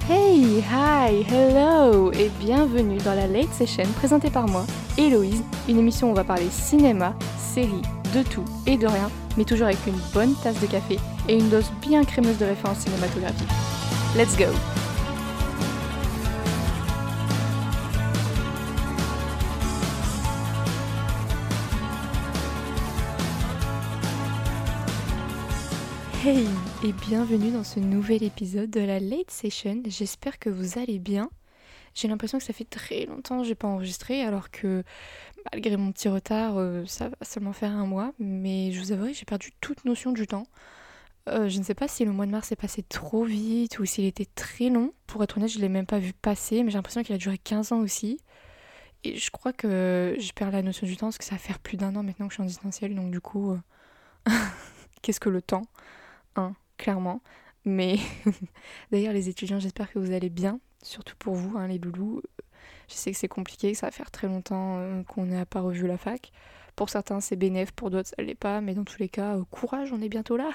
Hey, hi, hello et bienvenue dans la Late Session présentée par moi, Héloïse, une émission où on va parler cinéma, séries, de tout et de rien, mais toujours avec une bonne tasse de café et une dose bien crémeuse de références cinématographiques. Let's go! Hey et bienvenue dans ce nouvel épisode de la Late Session, j'espère que vous allez bien. J'ai l'impression que ça fait très longtemps que j'ai pas enregistré alors que malgré mon petit retard ça va seulement faire un mois, mais je vous avouerai que j'ai perdu toute notion du temps. Je ne sais pas si le mois de mars est passé trop vite ou s'il était très long. Pour être honnête, je l'ai même pas vu passer, mais j'ai l'impression qu'il a duré 15 ans aussi. Et je crois que je perds la notion du temps parce que ça va faire plus d'un an maintenant que je suis en distanciel, donc du coup, qu'est-ce que le temps ? Clairement. Mais d'ailleurs, les étudiants, j'espère que vous allez bien, surtout pour vous, les loulous. Je sais que c'est compliqué, que ça va faire très longtemps qu'on n'a pas revu la fac. Pour certains, c'est bénéf, pour d'autres, ça l'est pas, mais dans tous les cas, courage, on est bientôt là.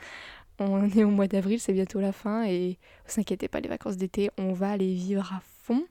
On est au mois d'avril, c'est bientôt la fin, et ne vous inquiétez pas, les vacances d'été, on va les vivre à fond.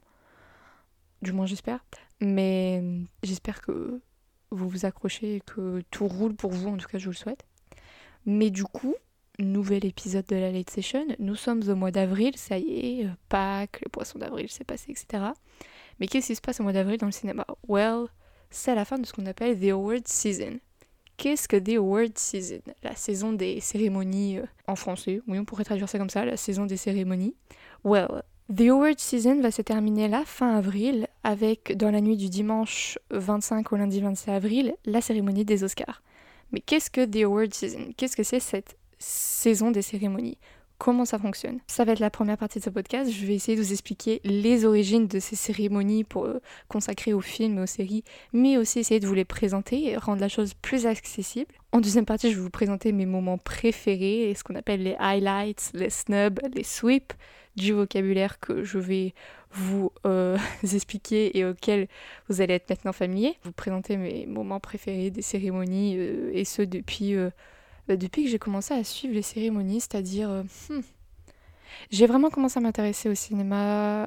Du moins, j'espère. Mais j'espère que vous vous accrochez et que tout roule pour vous, en tout cas, je vous le souhaite. Mais du coup, nouvel épisode de la Late Session. Nous sommes au mois d'avril, ça y est, Pâques, le poisson d'avril s'est passé, etc. Mais qu'est-ce qui se passe au mois d'avril dans le cinéma ? Well, c'est la fin de ce qu'on appelle The Award Season. Qu'est-ce que The Award Season ? La saison des cérémonies en français, oui, on pourrait traduire ça comme ça, la saison des cérémonies. Well, The Award Season va se terminer là, fin avril, avec, dans la nuit du dimanche 25 au lundi 26 avril, la cérémonie des Oscars. Mais qu'est-ce que The Award Season ? Qu'est-ce que c'est cette saison des cérémonies ? Comment ça fonctionne ? Ça va être la première partie de ce podcast. Je vais essayer de vous expliquer les origines de ces cérémonies pour consacrer aux films et aux séries, mais aussi essayer de vous les présenter et rendre la chose plus accessible. En deuxième partie, je vais vous présenter mes moments préférés, ce qu'on appelle les highlights, les snubs, les sweeps du vocabulaire que je vais vous expliquer et auquel vous allez être maintenant familier. Vous présenter mes moments préférés des cérémonies et ce depuis que j'ai commencé à suivre les cérémonies, c'est-à-dire j'ai vraiment commencé à m'intéresser au cinéma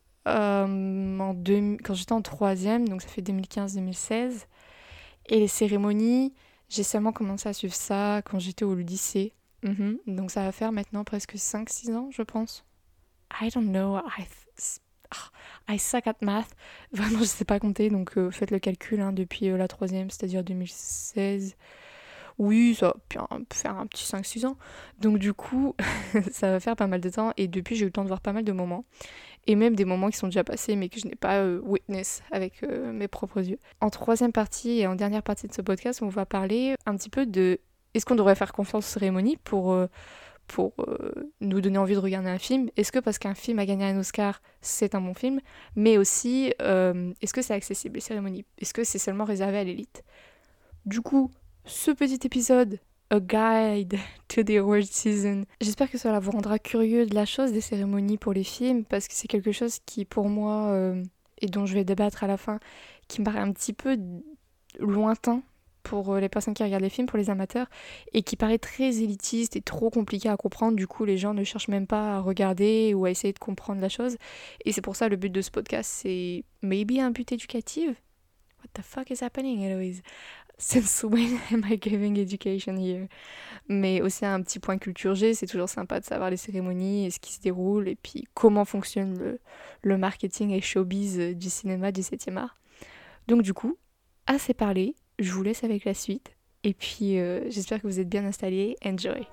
quand j'étais en troisième, donc ça fait 2015-2016. Et les cérémonies, j'ai seulement commencé à suivre ça quand j'étais au lycée. Donc ça va faire maintenant presque 5-6 ans, je pense. I don't know, I suck at math. Vraiment, je sais pas compter, donc faites le calcul depuis la troisième, c'est-à-dire 2016. Oui, ça va faire un petit 5-6 ans. Donc du coup, ça va faire pas mal de temps. Et depuis, j'ai eu le temps de voir pas mal de moments. Et même des moments qui sont déjà passés, mais que je n'ai pas witness avec mes propres yeux. En troisième partie et en dernière partie de ce podcast, on va parler un petit peu de... Est-ce qu'on devrait faire confiance aux cérémonies pour nous donner envie de regarder un film ? Est-ce que parce qu'un film a gagné un Oscar, c'est un bon film ? Mais aussi, est-ce que c'est accessible, les cérémonies ? Est-ce que c'est seulement réservé à l'élite ? Du coup, ce petit épisode, a guide to the award season. J'espère que cela vous rendra curieux de la chose des cérémonies pour les films, parce que c'est quelque chose qui, pour moi, et dont je vais débattre à la fin, qui me paraît un petit peu lointain pour les personnes qui regardent les films, pour les amateurs, et qui paraît très élitiste et trop compliqué à comprendre. Du coup, les gens ne cherchent même pas à regarder ou à essayer de comprendre la chose. Et c'est pour ça le but de ce podcast, c'est maybe un but éducatif. What the fuck is happening, Héloïse? Since when am I giving education here? Mais aussi un petit point culture G, c'est toujours sympa de savoir les cérémonies et ce qui se déroule, et puis comment fonctionne le marketing et showbiz du cinéma du 7e art. Donc du coup, assez parlé, je vous laisse avec la suite, et puis j'espère que vous êtes bien installés. Enjoy!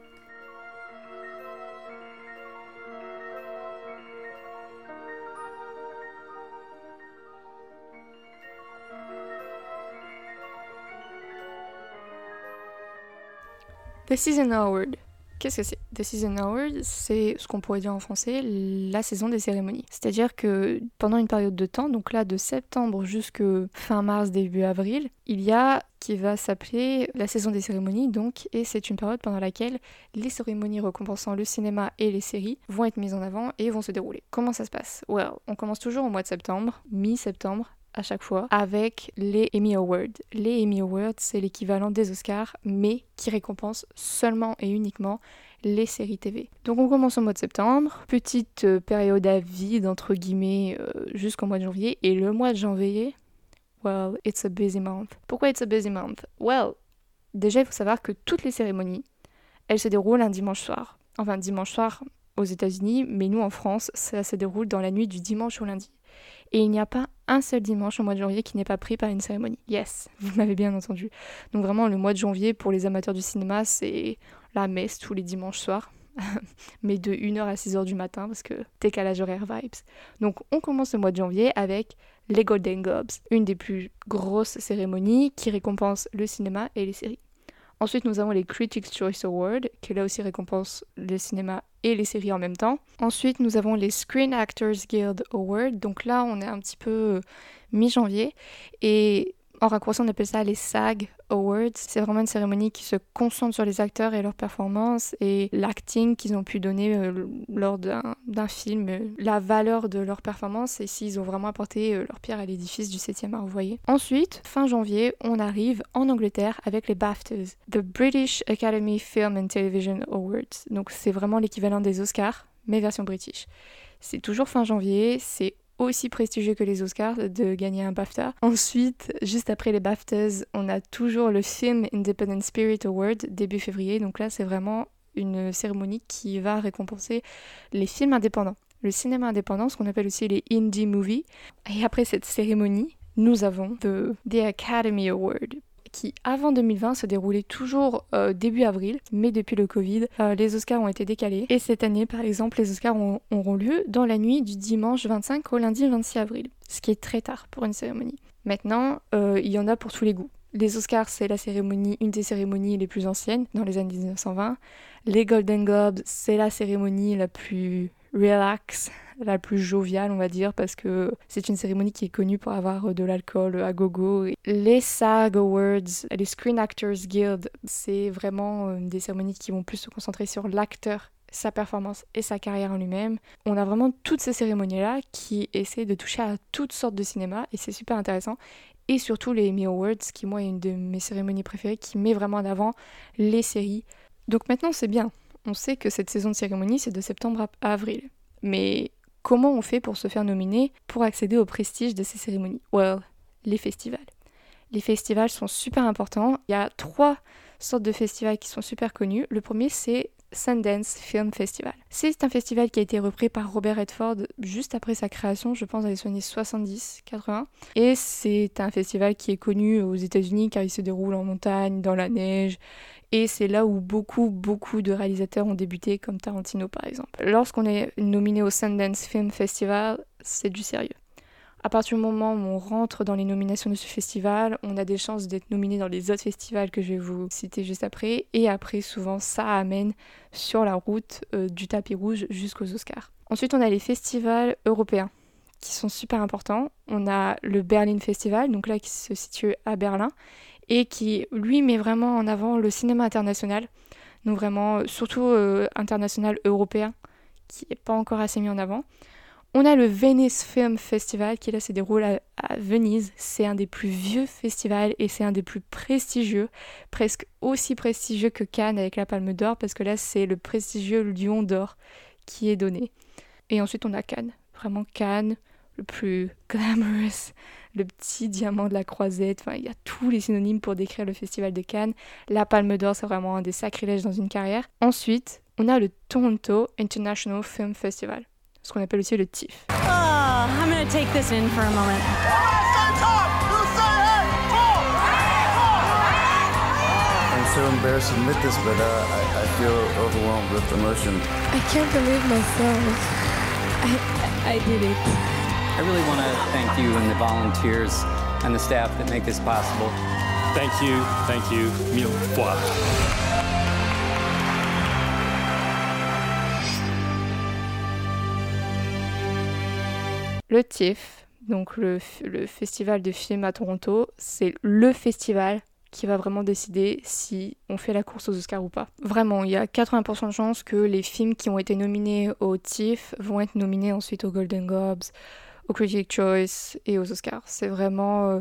The Season Award. Qu'est-ce que c'est ? The Season Award, c'est ce qu'on pourrait dire en français, la saison des cérémonies. C'est-à-dire que pendant une période de temps, donc là de septembre jusque fin mars, début avril, il y a qui va s'appeler la saison des cérémonies, donc, et c'est une période pendant laquelle les cérémonies récompensant le cinéma et les séries vont être mises en avant et vont se dérouler. Comment ça se passe ? Well, on commence toujours au mois de septembre, mi-septembre, à chaque fois avec les Emmy Awards. Les Emmy Awards, c'est l'équivalent des Oscars, mais qui récompense seulement et uniquement les séries TV. Donc on commence au mois de septembre, petite période à vide entre guillemets jusqu'au mois de janvier, et le mois de janvier, well, it's a busy month. Pourquoi it's a busy month? Well, déjà il faut savoir que toutes les cérémonies, elles se déroulent un dimanche soir. Enfin dimanche soir aux États-Unis, mais nous en France, ça se déroule dans la nuit du dimanche au lundi. Et il n'y a pas un seul dimanche au mois de janvier qui n'est pas pris par une cérémonie. Yes, vous m'avez bien entendu. Donc vraiment, le mois de janvier, pour les amateurs du cinéma, c'est la messe tous les dimanches soirs. Mais de 1h à 6h du matin, parce que décalage horaire vibes. Donc on commence le mois de janvier avec les Golden Globes, une des plus grosses cérémonies qui récompense le cinéma et les séries. Ensuite, nous avons les Critics' Choice Awards, qui là aussi récompense le cinéma et les séries en même temps. Ensuite, nous avons les Screen Actors Guild Awards. Donc là, on est un petit peu mi-janvier. Et en raccourci, on appelle ça les SAG Awards. C'est vraiment une cérémonie qui se concentre sur les acteurs et leurs performances et l'acting qu'ils ont pu donner lors d'un film, la valeur de leur performance et s'ils ont vraiment apporté leur pierre à l'édifice du 7e art, vous voyez. Ensuite, fin janvier, on arrive en Angleterre avec les BAFTAs, The British Academy Film and Television Awards. Donc c'est vraiment l'équivalent des Oscars, mais version british. C'est toujours fin janvier, c'est aussi prestigieux que les Oscars de gagner un BAFTA. Ensuite, juste après les BAFTAs, on a toujours le Film Independent Spirit Award début février. Donc là, c'est vraiment une cérémonie qui va récompenser les films indépendants. Le cinéma indépendant, ce qu'on appelle aussi les indie movies. Et après cette cérémonie, nous avons The Academy Award, qui avant 2020 se déroulait toujours début avril, mais depuis le Covid, les Oscars ont été décalés. Et cette année, par exemple, les Oscars auront lieu dans la nuit du dimanche 25 au lundi 26 avril, ce qui est très tard pour une cérémonie. Maintenant, il y en a pour tous les goûts. Les Oscars, c'est une des cérémonies les plus anciennes, dans les années 1920. Les Golden Globes, c'est la cérémonie la plus relax, la plus joviale, on va dire, parce que c'est une cérémonie qui est connue pour avoir de l'alcool à gogo. Les SAG Awards, les Screen Actors Guild, c'est vraiment des cérémonies qui vont plus se concentrer sur l'acteur, sa performance et sa carrière en lui-même. On a vraiment toutes ces cérémonies-là qui essaient de toucher à toutes sortes de cinéma et c'est super intéressant. Et surtout les Emmy Awards, qui moi est une de mes cérémonies préférées, qui met vraiment en avant les séries. Donc maintenant c'est bien, on sait que cette saison de cérémonie c'est de septembre à avril. Mais comment on fait pour se faire nominer pour accéder au prestige de ces cérémonies? Well, les festivals. Les festivals sont super importants. Il y a 3 sortes de festivals qui sont super connus. Le premier c'est Sundance Film Festival. C'est un festival qui a été repris par Robert Redford juste après sa création, je pense dans les années 70-80. Et c'est un festival qui est connu aux États-Unis car il se déroule en montagne, dans la neige. Et c'est là où beaucoup de réalisateurs ont débuté, comme Tarantino par exemple. Lorsqu'on est nominé au Sundance Film Festival, c'est du sérieux. À partir du moment où on rentre dans les nominations de ce festival, on a des chances d'être nominé dans les autres festivals que je vais vous citer juste après. Et après, souvent, ça amène sur la route du tapis rouge jusqu'aux Oscars. Ensuite, on a les festivals européens qui sont super importants. On a le Berlin Festival, donc là qui se situe à Berlin, et qui, lui, met vraiment en avant le cinéma international. Donc vraiment, surtout international européen, qui n'est pas encore assez mis en avant. On a le Venice Film Festival qui là se déroule à Venise. C'est un des plus vieux festivals et c'est un des plus prestigieux, presque aussi prestigieux que Cannes avec la Palme d'Or parce que là c'est le prestigieux Lion d'Or qui est donné. Et ensuite on a Cannes, vraiment Cannes, le plus glamorous, le petit diamant de la croisette, enfin il y a tous les synonymes pour décrire le festival de Cannes. La Palme d'Or c'est vraiment un des sacrilèges dans une carrière. Ensuite on a le Toronto International Film Festival, ce qu'on appelle aussi le TIFF. Oh, I'm gonna take this in for a moment. I'm so embarrassed to admit this, but I feel overwhelmed with emotion. I can't believe myself. I did it. I really want to thank you and the volunteers and the staff that make this possible. Thank you, mille fois. Le TIFF, donc le festival de films à Toronto, c'est le festival qui va vraiment décider si on fait la course aux Oscars ou pas. Vraiment, il y a 80% de chances que les films qui ont été nominés au TIFF vont être nominés ensuite aux Golden Globes, aux Critics' Choice et aux Oscars. C'est vraiment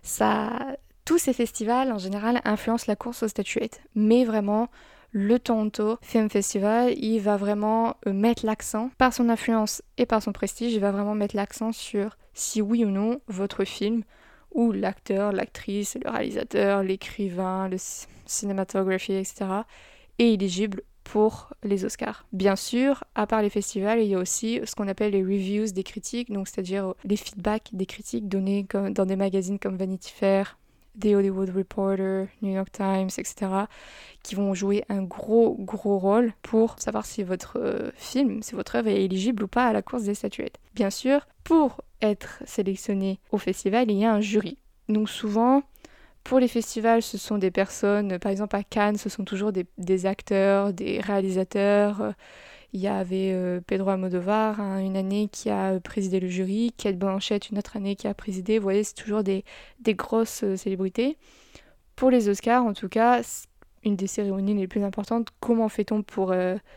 ça. Tous ces festivals en général influencent la course aux statuettes, mais vraiment le Toronto Film Festival, il va vraiment mettre l'accent, par son influence et par son prestige, il va vraiment mettre l'accent sur si oui ou non votre film, ou l'acteur, l'actrice, le réalisateur, l'écrivain, le cinématographie, etc. est éligible pour les Oscars. Bien sûr, à part les festivals, il y a aussi ce qu'on appelle les reviews des critiques, donc c'est-à-dire les feedbacks des critiques donnés dans des magazines comme Vanity Fair, The Hollywood Reporter, New York Times, etc., qui vont jouer un gros rôle pour savoir si votre film, si votre œuvre est éligible ou pas à la course des statuettes. Bien sûr, pour être sélectionné au festival, il y a un jury. Donc souvent, pour les festivals, ce sont des personnes, par exemple à Cannes, ce sont toujours des acteurs, des réalisateurs. Il y avait Pedro Almodóvar, une année qui a présidé le jury, Cate Blanchett une autre année qui a présidé. Vous voyez, c'est toujours des grosses célébrités. Pour les Oscars, en tout cas, une des cérémonies les plus importantes, comment fait-on pour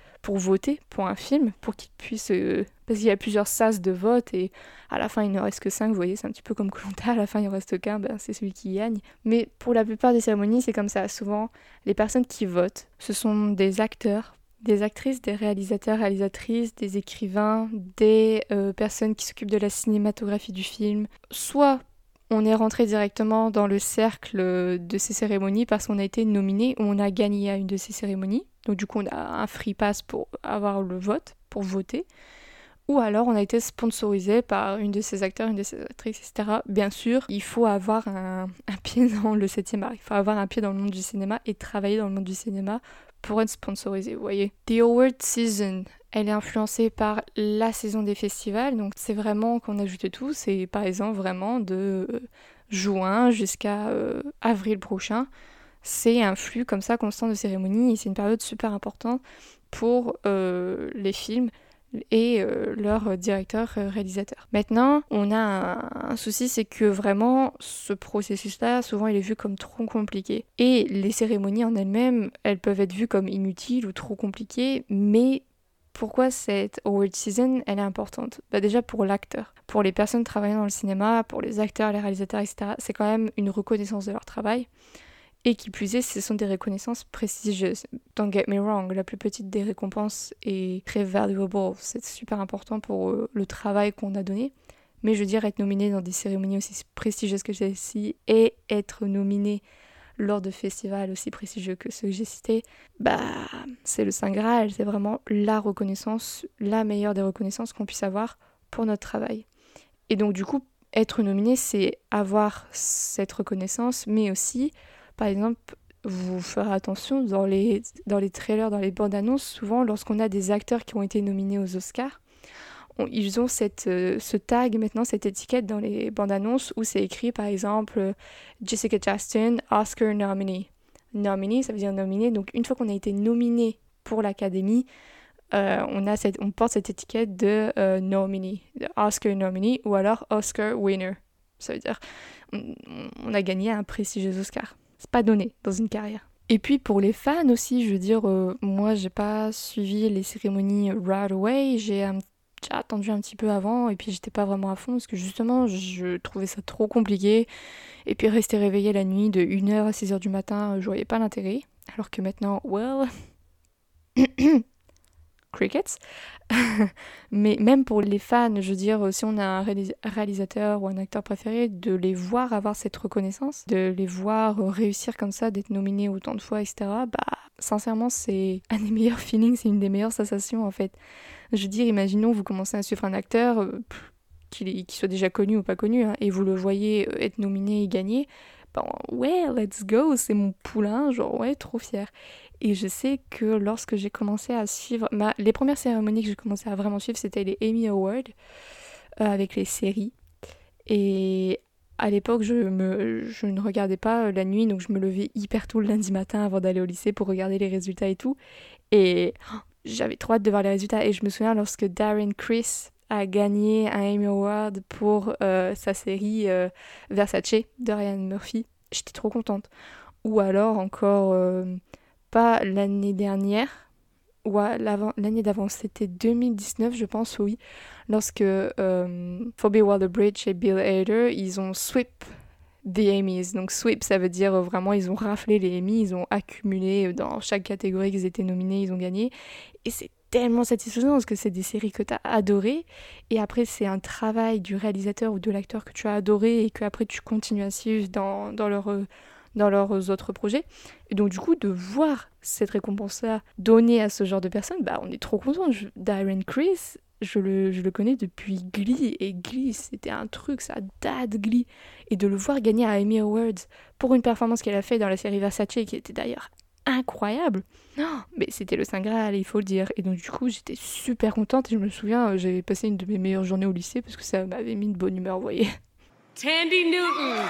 voter pour un film, pour qu'il puisse... parce qu'il y a plusieurs sas de vote et à la fin il ne reste que 5, vous voyez, c'est un petit peu comme Koh-Lanta, à la fin il ne reste qu'un, c'est celui qui gagne. Mais pour la plupart des cérémonies, c'est comme ça. Souvent, les personnes qui votent, ce sont des acteurs, des actrices, des réalisateurs, réalisatrices, des écrivains, des personnes qui s'occupent de la cinématographie du film. Soit on est rentré directement dans le cercle de ces cérémonies parce qu'on a été nominé ou on a gagné à une de ces cérémonies. Donc du coup, on a un free pass pour avoir le vote, pour voter. Ou alors, on a été sponsorisé par une de ces acteurs, une de ces actrices, etc. Bien sûr, il faut avoir un pied dans le 7e art. Il faut avoir un pied dans le monde du cinéma et travailler dans le monde du cinéma pour être sponsorisé, vous voyez. The Award Season, elle est influencée par la saison des festivals. Donc c'est vraiment qu'on ajoute tout. C'est par exemple vraiment de juin jusqu'à avril prochain. C'est un flux comme ça constant de cérémonies et c'est une période super importante pour les films et leur directeur réalisateur. Maintenant, on a un souci, c'est que vraiment ce processus-là, souvent il est vu comme trop compliqué. Et les cérémonies en elles-mêmes, elles peuvent être vues comme inutiles ou trop compliquées, mais pourquoi cette award season, elle est importante ? Déjà pour l'acteur, pour les personnes travaillant dans le cinéma, pour les acteurs, les réalisateurs, etc. C'est quand même une reconnaissance de leur travail. Et qui plus est, ce sont des reconnaissances prestigieuses. Don't get me wrong, la plus petite des récompenses est très valuable, c'est super important pour le travail qu'on a donné. Mais je veux dire, être nominé dans des cérémonies aussi prestigieuses que celle-ci et être nominé lors de festivals aussi prestigieux que ceux que j'ai cités, c'est le Saint Graal, c'est vraiment la reconnaissance, la meilleure des reconnaissances qu'on puisse avoir pour notre travail. Et donc du coup, être nominé, c'est avoir cette reconnaissance, mais aussi... Par exemple, vous ferez attention dans les trailers, dans les bandes annonces, souvent lorsqu'on a des acteurs qui ont été nominés aux Oscars, ils ont ce tag maintenant, cette étiquette dans les bandes annonces où c'est écrit par exemple Jessica Chastain, Oscar nominee. Nominee, ça veut dire nominé. Donc une fois qu'on a été nominé pour l'Académie, on porte cette étiquette de nominee, de Oscar nominee ou alors Oscar winner. Ça veut dire on a gagné un prestigieux Oscar. C'est pas donné dans une carrière. Et puis pour les fans aussi, je veux dire, moi j'ai pas suivi les cérémonies right away, j'ai attendu un petit peu avant et puis j'étais pas vraiment à fond parce que justement je trouvais ça trop compliqué et puis rester réveillée la nuit de 1h à 6h du matin, je voyais pas l'intérêt. Alors que maintenant, crickets. Mais même pour les fans, je veux dire, si on a un réalisateur ou un acteur préféré, de les voir avoir cette reconnaissance, de les voir réussir comme ça, d'être nominés autant de fois, etc., sincèrement, c'est un des meilleurs feelings, c'est une des meilleures sensations, en fait. Je veux dire, imaginons, vous commencez à suivre un acteur, qu'il soit déjà connu ou pas connu, hein, et vous le voyez être nominé et gagner, let's go, c'est mon poulain, trop fier. Et je sais que lorsque j'ai commencé à suivre... les premières cérémonies que j'ai commencé à vraiment suivre, c'était les Emmy Awards, avec les séries. Et à l'époque, je ne regardais pas la nuit, donc je me levais hyper tôt le lundi matin avant d'aller au lycée pour regarder les résultats et tout. Et j'avais trop hâte de voir les résultats. Et je me souviens lorsque Darren Criss a gagné un Emmy Award pour sa série Versace de Ryan Murphy. J'étais trop contente. Ou alors encore... pas l'année dernière, l'année d'avant, c'était 2019 je pense, oui, lorsque Phoebe Waller-Bridge et Bill Hader, ils ont sweep the Emmys. Donc sweep, ça veut dire vraiment ils ont raflé les Emmys, ils ont accumulé dans chaque catégorie qu'ils étaient nominés, ils ont gagné. Et c'est tellement satisfaisant parce que c'est des séries que tu as adorées et après c'est un travail du réalisateur ou de l'acteur que tu as adoré et que après tu continues à suivre dans leurs autres projets. Et donc du coup de voir cette récompense-là donnée à ce genre de personnes, on est trop content. Darren Criss, je le connais depuis Glee, et Glee c'était un truc, ça date Glee, et de le voir gagner à Emmy Awards pour une performance qu'elle a fait dans la série Versace qui était d'ailleurs incroyable. Non, mais c'était le Saint Graal, il faut le dire. Et donc du coup j'étais super contente et je me souviens j'avais passé une de mes meilleures journées au lycée parce que ça m'avait mis de bonne humeur, vous voyez. Tandy Newton.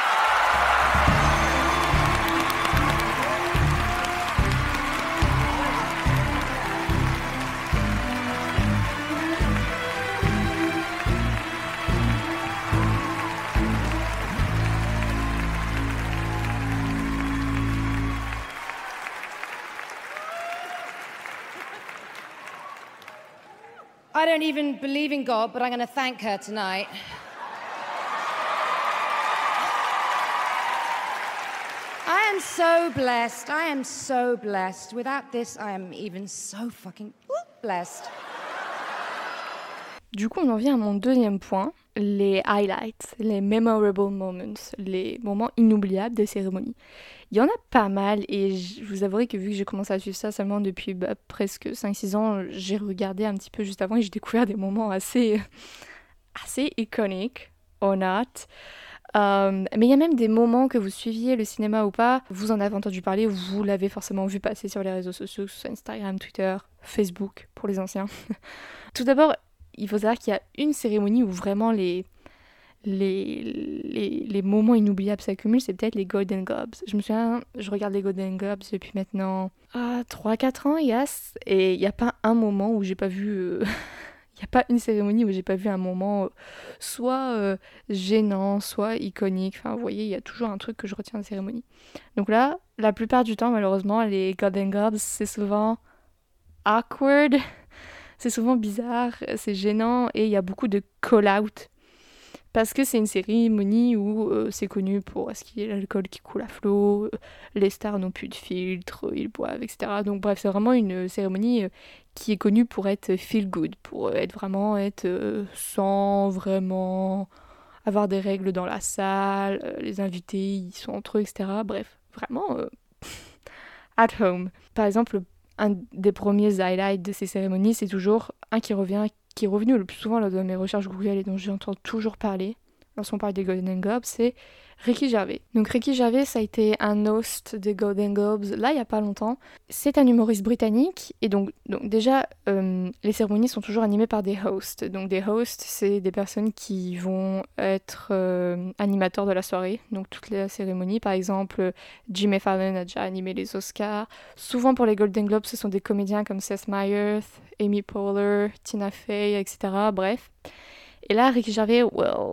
I don't even believe in God, but I'm going to thank her tonight. I am so blessed. I am so blessed. Without this, I am even so fucking blessed. Du coup, on en vient à mon deuxième point, les highlights, les memorable moments, les moments inoubliables des cérémonies. Il y en a pas mal et je vous avouerai que vu que j'ai commencé à suivre ça seulement depuis presque 5-6 ans, j'ai regardé un petit peu juste avant et j'ai découvert des moments assez iconiques, or not. Mais il y a même des moments que vous suiviez le cinéma ou pas, vous en avez entendu parler, vous l'avez forcément vu passer sur les réseaux sociaux, que ce soit Instagram, Twitter, Facebook pour les anciens. Tout d'abord, il faut savoir qu'il y a une cérémonie où vraiment les moments inoubliables s'accumulent, c'est peut-être les Golden Globes. Je me souviens, je regarde les Golden Globes depuis maintenant 3-4 ans, yes, et il n'y a pas un moment où j'ai pas vu... Il n'y a pas une cérémonie où j'ai pas vu un moment soit gênant, soit iconique. Enfin, vous voyez, il y a toujours un truc que je retiens de la cérémonie. Donc là, la plupart du temps, malheureusement, les Golden Globes, c'est souvent awkward. C'est souvent bizarre, c'est gênant et il y a beaucoup de call-out. Parce que c'est une cérémonie où c'est connu pour ce qui est l'alcool qui coule à flot, les stars n'ont plus de filtre, ils boivent, etc. Donc bref, c'est vraiment une cérémonie qui est connue pour être feel good, pour être sans vraiment avoir des règles dans la salle, les invités ils sont entre eux, etc. Bref, vraiment at home. Par exemple, un des premiers highlights de ces cérémonies, c'est toujours un qui est revenu le plus souvent lors de mes recherches Google et dont j'entends toujours parler lorsqu'on parle des Golden Globes, c'est Ricky Gervais. Donc Ricky Gervais, ça a été un host des Golden Globes là il n'y a pas longtemps. C'est un humoriste britannique et donc déjà les cérémonies sont toujours animées par des hosts. Donc des hosts, c'est des personnes qui vont être animateurs de la soirée, donc toute la cérémonie. Par exemple, Jimmy Fallon a déjà animé les Oscars. Souvent pour les Golden Globes, ce sont des comédiens comme Seth Meyers, Amy Poehler, Tina Fey, etc. Bref. Et là, Ricky Gervais,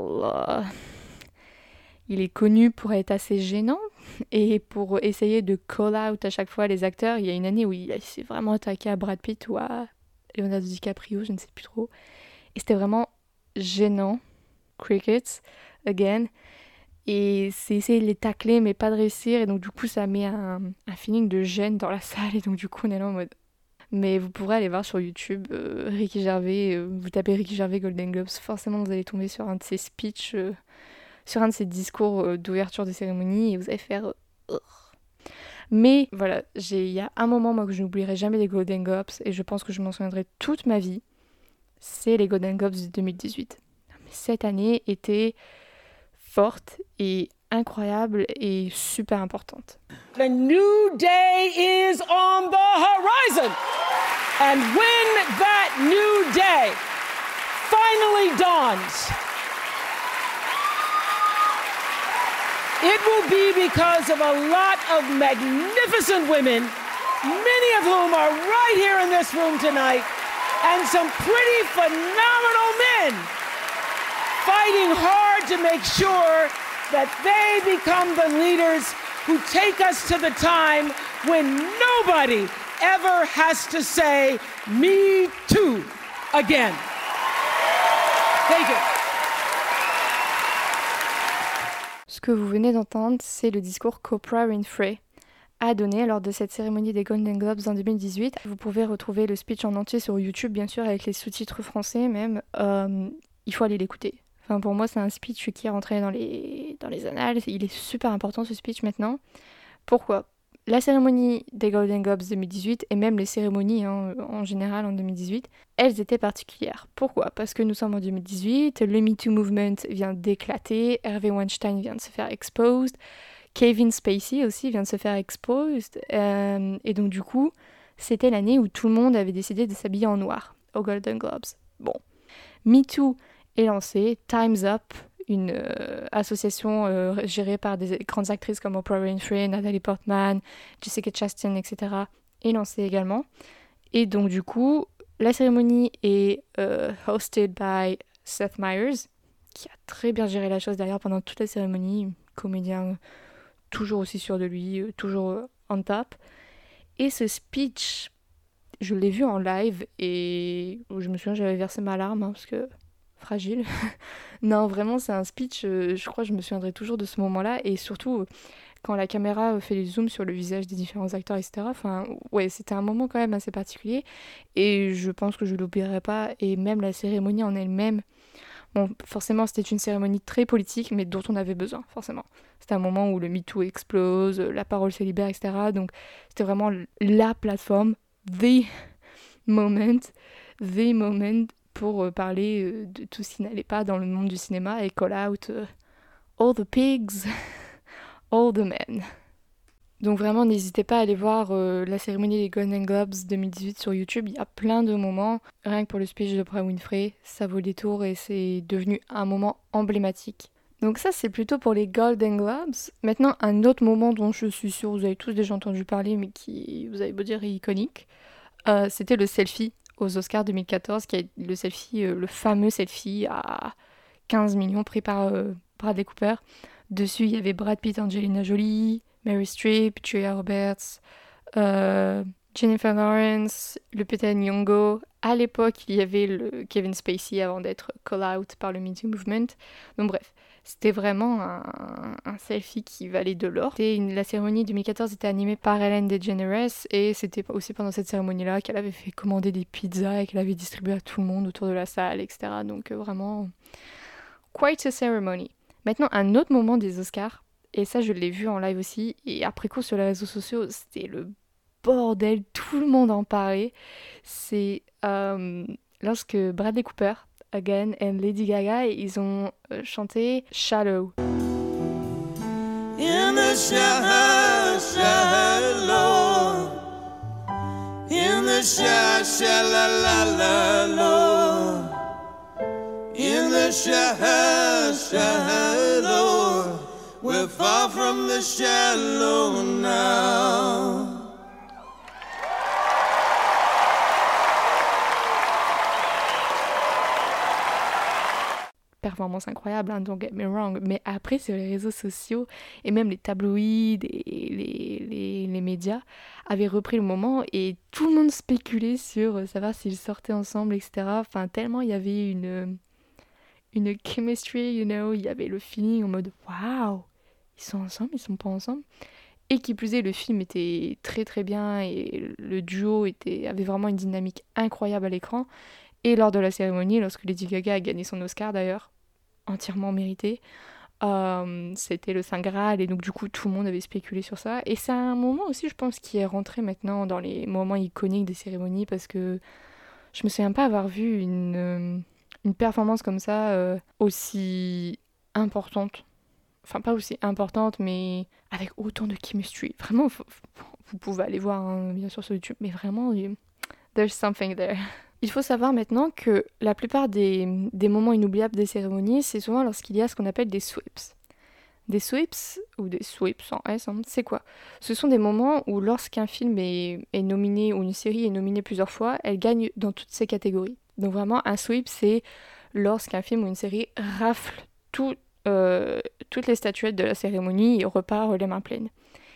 il est connu pour être assez gênant et pour essayer de call out à chaque fois les acteurs. Il y a une année où il s'est vraiment attaqué à Brad Pitt ou à Leonardo DiCaprio, je ne sais plus trop. Et c'était vraiment gênant. Crickets, again. Et c'est essayer de les tacler mais pas de réussir. Et donc du coup, ça met un feeling de gêne dans la salle. Et donc du coup, on est là en mode... Mais vous pourrez aller voir sur YouTube Ricky Gervais, vous tapez Ricky Gervais Golden Globes, forcément vous allez tomber sur un de ses speeches, sur un de ses discours d'ouverture de cérémonie et vous allez faire... Mais voilà, il y a un moment moi que je n'oublierai jamais des Golden Globes et je pense que je m'en souviendrai toute ma vie, c'est les Golden Globes de 2018. Cette année était forte et incroyable et super importante. The new day is on the horizon. And when that new day finally dawns, it will be because of a lot of magnificent women, many of whom are right here in this room tonight, and some pretty phenomenal men fighting hard to make sure that they become the leaders who take us to the time when nobody ever has to say me too again. Take it. Ce que vous venez d'entendre, c'est le discours qu'Oprah Winfrey a donné lors de cette cérémonie des Golden Globes en 2018. Vous pouvez retrouver le speech en entier sur YouTube, bien sûr, avec les sous-titres français même. Il faut aller l'écouter. Enfin, pour moi, c'est un speech qui est rentré dans les annales. Il est super important, ce speech, maintenant. Pourquoi ? La cérémonie des Golden Globes 2018, et même les cérémonies en général en 2018, elles étaient particulières. Pourquoi ? Parce que nous sommes en 2018, le MeToo Movement vient d'éclater, Harvey Weinstein vient de se faire exposed, Kevin Spacey aussi vient de se faire exposed, et donc du coup, c'était l'année où tout le monde avait décidé de s'habiller en noir aux Golden Globes. Bon, MeToo est lancé, Time's Up, une association gérée par des grandes actrices comme Oprah Winfrey, Natalie Portman, Jessica Chastain, etc., est lancée également. Et donc du coup, la cérémonie est hosted by Seth Meyers, qui a très bien géré la chose d'ailleurs pendant toute la cérémonie, comédien toujours aussi sûr de lui, toujours on top. Et ce speech, je l'ai vu en live et je me souviens, j'avais versé ma larme parce que fragile. Non, vraiment, c'est un speech, je crois que je me souviendrai toujours de ce moment-là, et surtout quand la caméra fait les zooms sur le visage des différents acteurs, etc. Enfin, ouais, c'était un moment quand même assez particulier, et je pense que je l'oublierai pas, et même la cérémonie en elle-même, bon, forcément, c'était une cérémonie très politique, mais dont on avait besoin, forcément. C'était un moment où le MeToo explose, la parole se libère, etc. Donc, c'était vraiment la plateforme, the moment pour parler de tout ce qui n'allait pas dans le monde du cinéma et call out all the pigs, all the men. Donc vraiment, n'hésitez pas à aller voir la cérémonie des Golden Globes 2018 sur YouTube. Il y a plein de moments. Rien que pour le speech d'Oprah Winfrey, ça vaut le détour et c'est devenu un moment emblématique. Donc ça, c'est plutôt pour les Golden Globes. Maintenant, un autre moment dont je suis sûre vous avez tous déjà entendu parler, mais qui, vous avez beau dire, est iconique, c'était le selfie aux Oscars 2014, qui est le selfie, le fameux selfie à 15 millions pris par Bradley Cooper. Dessus, il y avait Brad Pitt, Angelina Jolie, Mary Streep, Julia Roberts, Jennifer Lawrence, Lupita Nyong'o. À l'époque, il y avait le Kevin Spacey avant d'être call out par le Me Too Movement. Donc bref, c'était vraiment un selfie qui valait de l'or. La cérémonie 2014 était animée par Ellen DeGeneres et c'était aussi pendant cette cérémonie-là qu'elle avait fait commander des pizzas et qu'elle avait distribué à tout le monde autour de la salle, etc. Donc vraiment, quite a ceremony. Maintenant, un autre moment des Oscars, et ça je l'ai vu en live aussi, et après coup sur les réseaux sociaux, c'était le bordel, tout le monde en parlait. C'est lorsque Bradley Cooper, again, et Lady Gaga, ils ont chanté Shallow. In the shallow, in the shallow, in the shallow, we're far from the shallow now. Performance incroyable, hein, don't get me wrong, mais après sur les réseaux sociaux et même les tabloïds et les médias avaient repris le moment et tout le monde spéculait sur savoir s'ils sortaient ensemble, etc. Enfin, tellement il y avait une chemistry, you know, il y avait le feeling en mode waouh, ils sont ensemble, ils sont pas ensemble. Et qui plus est, le film était très très bien et le duo avait vraiment une dynamique incroyable à l'écran. Et lors de la cérémonie, lorsque Lady Gaga a gagné son Oscar d'ailleurs, entièrement mérité, c'était le Saint Graal et donc du coup tout le monde avait spéculé sur ça. Et c'est un moment aussi, je pense, qui est rentré maintenant dans les moments iconiques des cérémonies parce que je me souviens pas avoir vu une performance comme ça aussi importante. Enfin, pas aussi importante, mais avec autant de chemistry. Vraiment, vous pouvez aller voir, hein, bien sûr, sur YouTube, mais vraiment, there's something there. Il faut savoir maintenant que la plupart des moments inoubliables des cérémonies, c'est souvent lorsqu'il y a ce qu'on appelle des sweeps. Des sweeps, ou des sweeps en S, hein, c'est quoi ? Ce sont des moments où lorsqu'un film est nominé, ou une série est nominée plusieurs fois, elle gagne dans toutes ces catégories. Donc vraiment, un sweep, c'est lorsqu'un film ou une série rafle toutes les statuettes de la cérémonie et repart les mains pleines.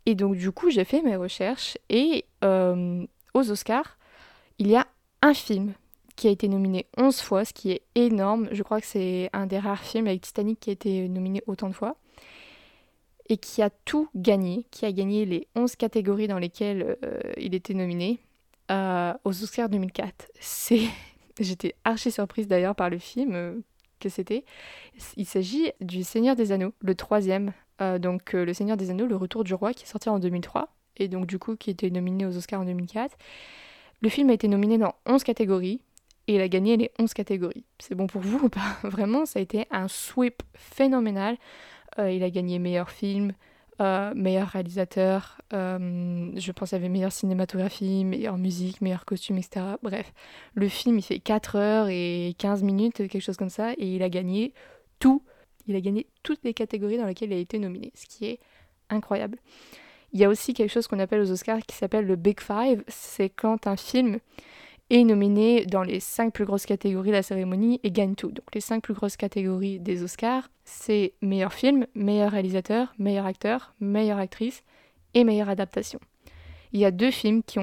Et donc du coup, j'ai fait mes recherches et aux Oscars, il y a un film qui a été nominé 11 fois, ce qui est énorme. Je crois que c'est un des rares films avec Titanic qui a été nominé autant de fois. Et qui a tout gagné, qui a gagné les 11 catégories dans lesquelles il était nominé aux Oscars 2004. J'étais archi surprise d'ailleurs par le film que c'était. Il s'agit du Seigneur des Anneaux, le 3e. Donc le Seigneur des Anneaux, le Retour du Roi, qui est sorti en 2003, et donc du coup qui était nominé aux Oscars en 2004. Le film a été nominé dans 11 catégories, et il a gagné les 11 catégories. C'est bon pour vous ou pas ? Vraiment, ça a été un sweep phénoménal. Il a gagné meilleur film, meilleur réalisateur, je pense qu'il y avait meilleure cinématographie, meilleure musique, meilleur costume, etc. Bref, le film il fait 4 heures et 15 minutes, quelque chose comme ça, et il a gagné tout. Il a gagné toutes les catégories dans lesquelles il a été nominé, ce qui est incroyable. Il y a aussi quelque chose qu'on appelle aux Oscars qui s'appelle le Big Five, c'est quand un film est nominé dans les 5 plus grosses catégories de la cérémonie et gagne tout. Donc les 5 plus grosses catégories des Oscars, c'est meilleur film, meilleur réalisateur, meilleur acteur, meilleure actrice et meilleure adaptation. Il y a 2 films qui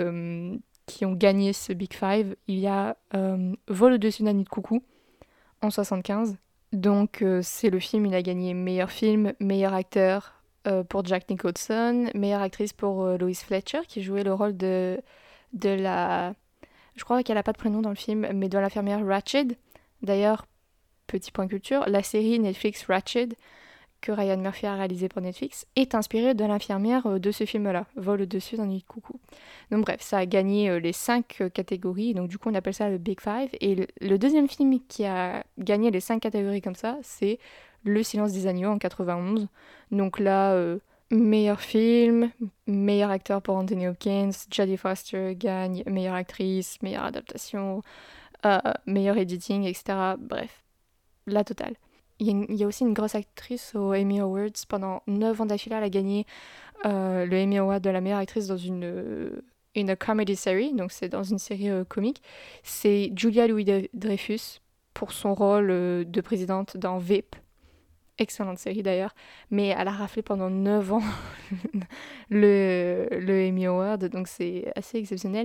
ont gagné ce Big Five. Il y a Vol au-dessus d'un nid de coucou en 1975. Donc c'est le film, il a gagné meilleur film, meilleur acteur pour Jack Nicholson, meilleure actrice pour Lois Fletcher qui jouait le rôle de la... Je crois qu'elle n'a pas de prénom dans le film, mais de l'infirmière Ratched. D'ailleurs, petit point culture, la série Netflix Ratched, que Ryan Murphy a réalisée pour Netflix, est inspirée de l'infirmière de ce film-là, Vol au-dessus d'un nid de coucou. Donc bref, ça a gagné les 5 catégories, donc du coup on appelle ça le Big Five. Et le deuxième film qui a gagné les 5 catégories comme ça, c'est Le Silence des agneaux en 91. Donc là... meilleur film, meilleur acteur pour Anthony Hopkins, Jodie Foster gagne meilleure actrice, meilleure adaptation, meilleur editing, etc. Bref, la totale. Il y a aussi une grosse actrice aux Emmy Awards. Pendant 9 ans d'affilée, elle a gagné le Emmy Award de la meilleure actrice dans une comedy series, donc c'est dans une série comique. C'est Julia Louis-Dreyfus pour son rôle de présidente dans VIP. Excellente série d'ailleurs, mais elle a raflé pendant 9 ans le Emmy Award, donc c'est assez exceptionnel.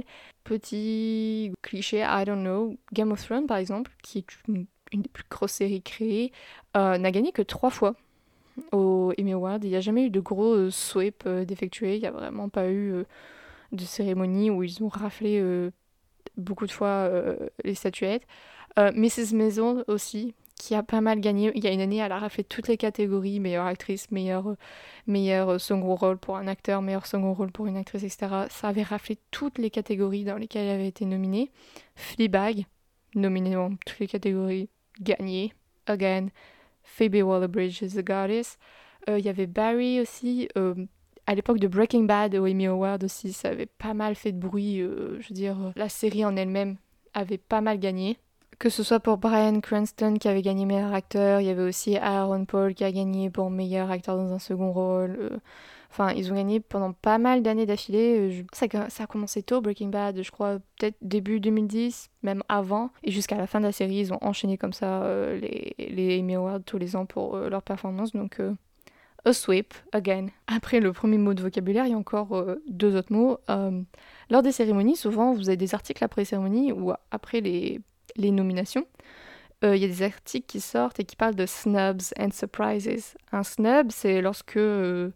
Petit cliché, I don't know, Game of Thrones par exemple, qui est une des plus grosses séries créées, n'a gagné que 3 fois au Emmy Award. Il n'y a jamais eu de gros sweep d'effectuer, il n'y a vraiment pas eu de cérémonie où ils ont raflé beaucoup de fois les statuettes. Mrs. Maisel aussi, qui a pas mal gagné. Il y a une année, elle a raflé toutes les catégories, meilleure actrice, meilleur second rôle pour un acteur, meilleur second rôle pour une actrice, etc. Ça avait raflé toutes les catégories dans lesquelles elle avait été nominée. Fleabag, nominée dans toutes les catégories, gagnée. Again, Phoebe Waller-Bridge is the Goddess. Il y avait Barry aussi, à l'époque de Breaking Bad au Emmy Award aussi, ça avait pas mal fait de bruit. Je veux dire, la série en elle-même avait pas mal gagné. Que ce soit pour Bryan Cranston qui avait gagné meilleur acteur, il y avait aussi Aaron Paul qui a gagné pour meilleur acteur dans un second rôle. Enfin, ils ont gagné pendant pas mal d'années d'affilée. Ça a commencé tôt, Breaking Bad, je crois peut-être début 2010, même avant. Et jusqu'à la fin de la série, ils ont enchaîné comme ça les Emmy Awards tous les ans pour leur performance. Donc, a sweep, again. Après le premier mot de vocabulaire, il y a encore 2 autres mots. Lors des cérémonies, souvent, vous avez des articles après les cérémonies ou après les nominations, il y a des articles qui sortent et qui parlent de snubs and surprises. Un snub, c'est lorsqu'un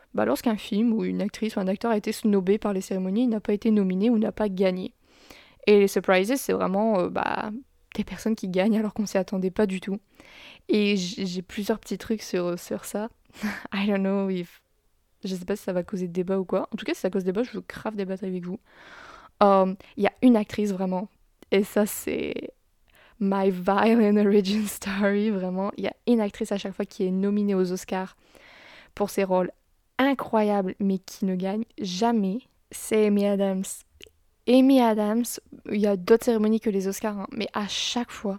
film ou une actrice ou un acteur a été snobé par les cérémonies, il n'a pas été nominé ou n'a pas gagné. Et les surprises, c'est vraiment des personnes qui gagnent alors qu'on s'y attendait pas du tout. Et j'ai plusieurs petits trucs sur ça. I don't know if... Je sais pas si ça va causer de débat ou quoi. En tout cas, si ça cause débat, je veux grave débattre avec vous. Il y a une actrice vraiment... Et ça, c'est my violent origin story, vraiment. Il y a une actrice à chaque fois qui est nominée aux Oscars pour ses rôles incroyables, mais qui ne gagne jamais. C'est Amy Adams. Amy Adams, il y a d'autres cérémonies que les Oscars, hein, mais à chaque fois,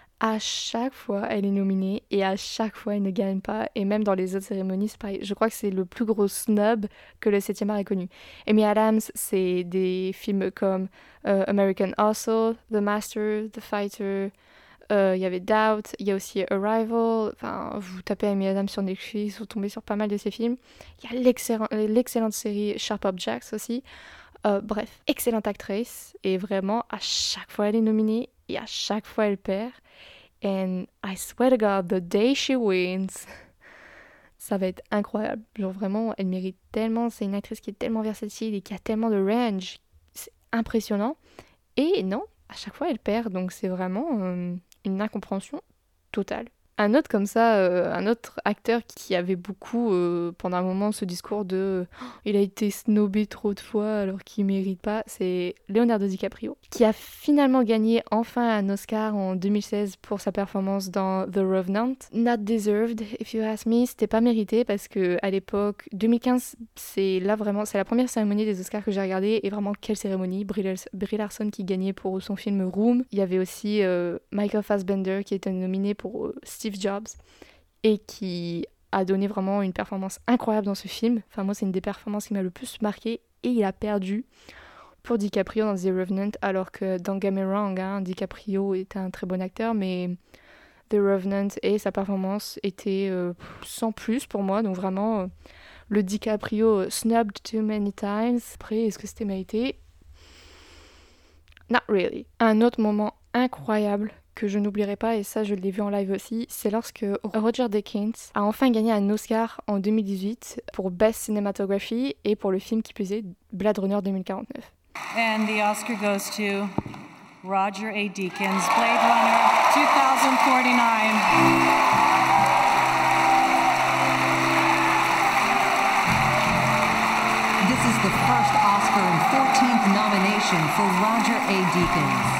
elle est nominée et à chaque fois, elle ne gagne pas. Et même dans les autres cérémonies, c'est pareil. Je crois que c'est le plus gros snub que le 7e art ait connu. Amy Adams, c'est des films comme American Hustle, The Master, The Fighter, Il y avait Doubt, il y a aussi Arrival, enfin, vous tapez Amy Adams sur Netflix, vous tombez sur pas mal de ces films. Il y a l'excellente série Sharp Objects aussi. Bref, excellente actrice, et vraiment, à chaque fois elle est nominée, et à chaque fois elle perd. And I swear to God, the day she wins, ça va être incroyable. Genre vraiment, elle mérite tellement, c'est une actrice qui est tellement versatile et qui a tellement de range, c'est impressionnant. Et non, à chaque fois elle perd, donc c'est vraiment une incompréhension totale. Un autre comme ça, un autre acteur qui avait beaucoup pendant un moment ce discours de il a été snobé trop de fois alors qu'il mérite pas, c'est Leonardo DiCaprio, qui a finalement gagné enfin un Oscar en 2016 pour sa performance dans The Revenant. Not deserved, if you ask me, c'était pas mérité parce que à l'époque 2015, c'est la première cérémonie des Oscars que j'ai regardée, et vraiment quelle cérémonie. Brie Larson qui gagnait pour son film Room. Il y avait aussi Michael Fassbender qui était nominé pour Steve Jobs et qui a donné vraiment une performance incroyable dans ce film. Enfin, moi, c'est une des performances qui m'a le plus marqué, et il a perdu pour DiCaprio dans The Revenant, alors que Don't Get Me Wrong, DiCaprio était un très bon acteur, mais The Revenant et sa performance étaient sans plus pour moi. Donc vraiment, le DiCaprio snubbed too many times. Après, est-ce que c'était mérité? Not really. Un autre moment incroyable que je n'oublierai pas, et ça je l'ai vu en live aussi, c'est lorsque Roger Deakins a enfin gagné un Oscar en 2018 pour Best Cinematography et pour le film qui pesait Blade Runner 2049. And the Oscar goes to Roger A. Deakins, Blade Runner 2049. This is the first Oscar and 14th nomination for Roger A. Deakins.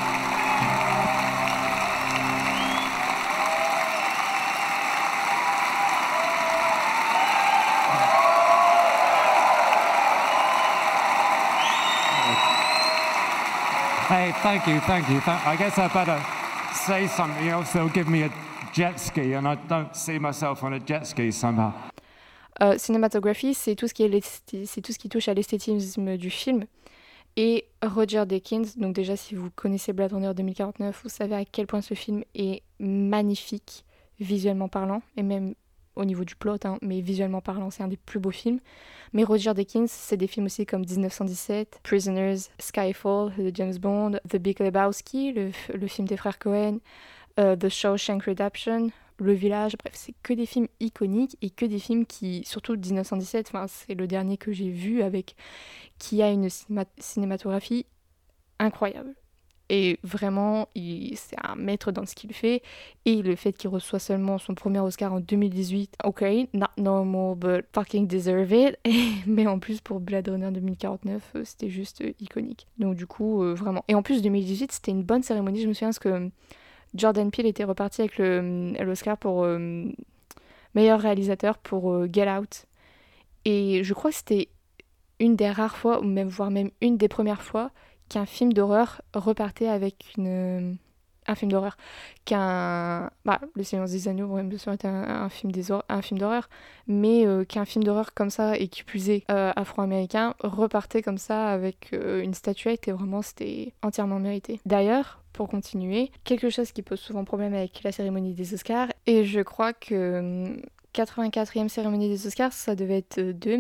Hey, thank you. I guess I better say something else. They'll give me a jet ski, and I don't see myself on a jet ski somehow. Cinématographie, c'est tout ce qui touche à l'esthétisme du film. Et Roger Deakins, donc déjà si vous connaissez Blade Runner 2049, vous savez à quel point ce film est magnifique, visuellement parlant, et même au niveau du plot, mais visuellement parlant, c'est un des plus beaux films. Mais Roger Deakins, c'est des films aussi comme 1917, Prisoners, Skyfall, de James Bond, The Big Lebowski, le film des frères Coen, The Shawshank Redemption, Le Village, bref, c'est que des films iconiques et que des films qui, surtout 1917, c'est le dernier que j'ai vu qui a une cinématographie incroyable. Et vraiment, c'est un maître dans ce qu'il fait. Et le fait qu'il reçoit seulement son premier Oscar en 2018, ok, not normal, but fucking deserve it. Mais en plus, pour Blade Runner 2049, c'était juste iconique. Donc du coup, vraiment. Et en plus, 2018, c'était une bonne cérémonie. Je me souviens parce que Jordan Peele était reparti avec l'Oscar pour meilleur réalisateur pour Get Out. Et je crois que c'était une des rares fois, ou voire même une des premières fois, qu'un film d'horreur repartait avec un film d'horreur. Le Seigneur des Anneaux, bien sûr, était un film d'horreur, mais qu'un film d'horreur comme ça, et qui plus est afro-américain, repartait comme ça avec une statuette, et vraiment, c'était entièrement mérité. D'ailleurs, pour continuer, quelque chose qui pose souvent problème avec la cérémonie des Oscars, et je crois que 84e cérémonie des Oscars, ça devait être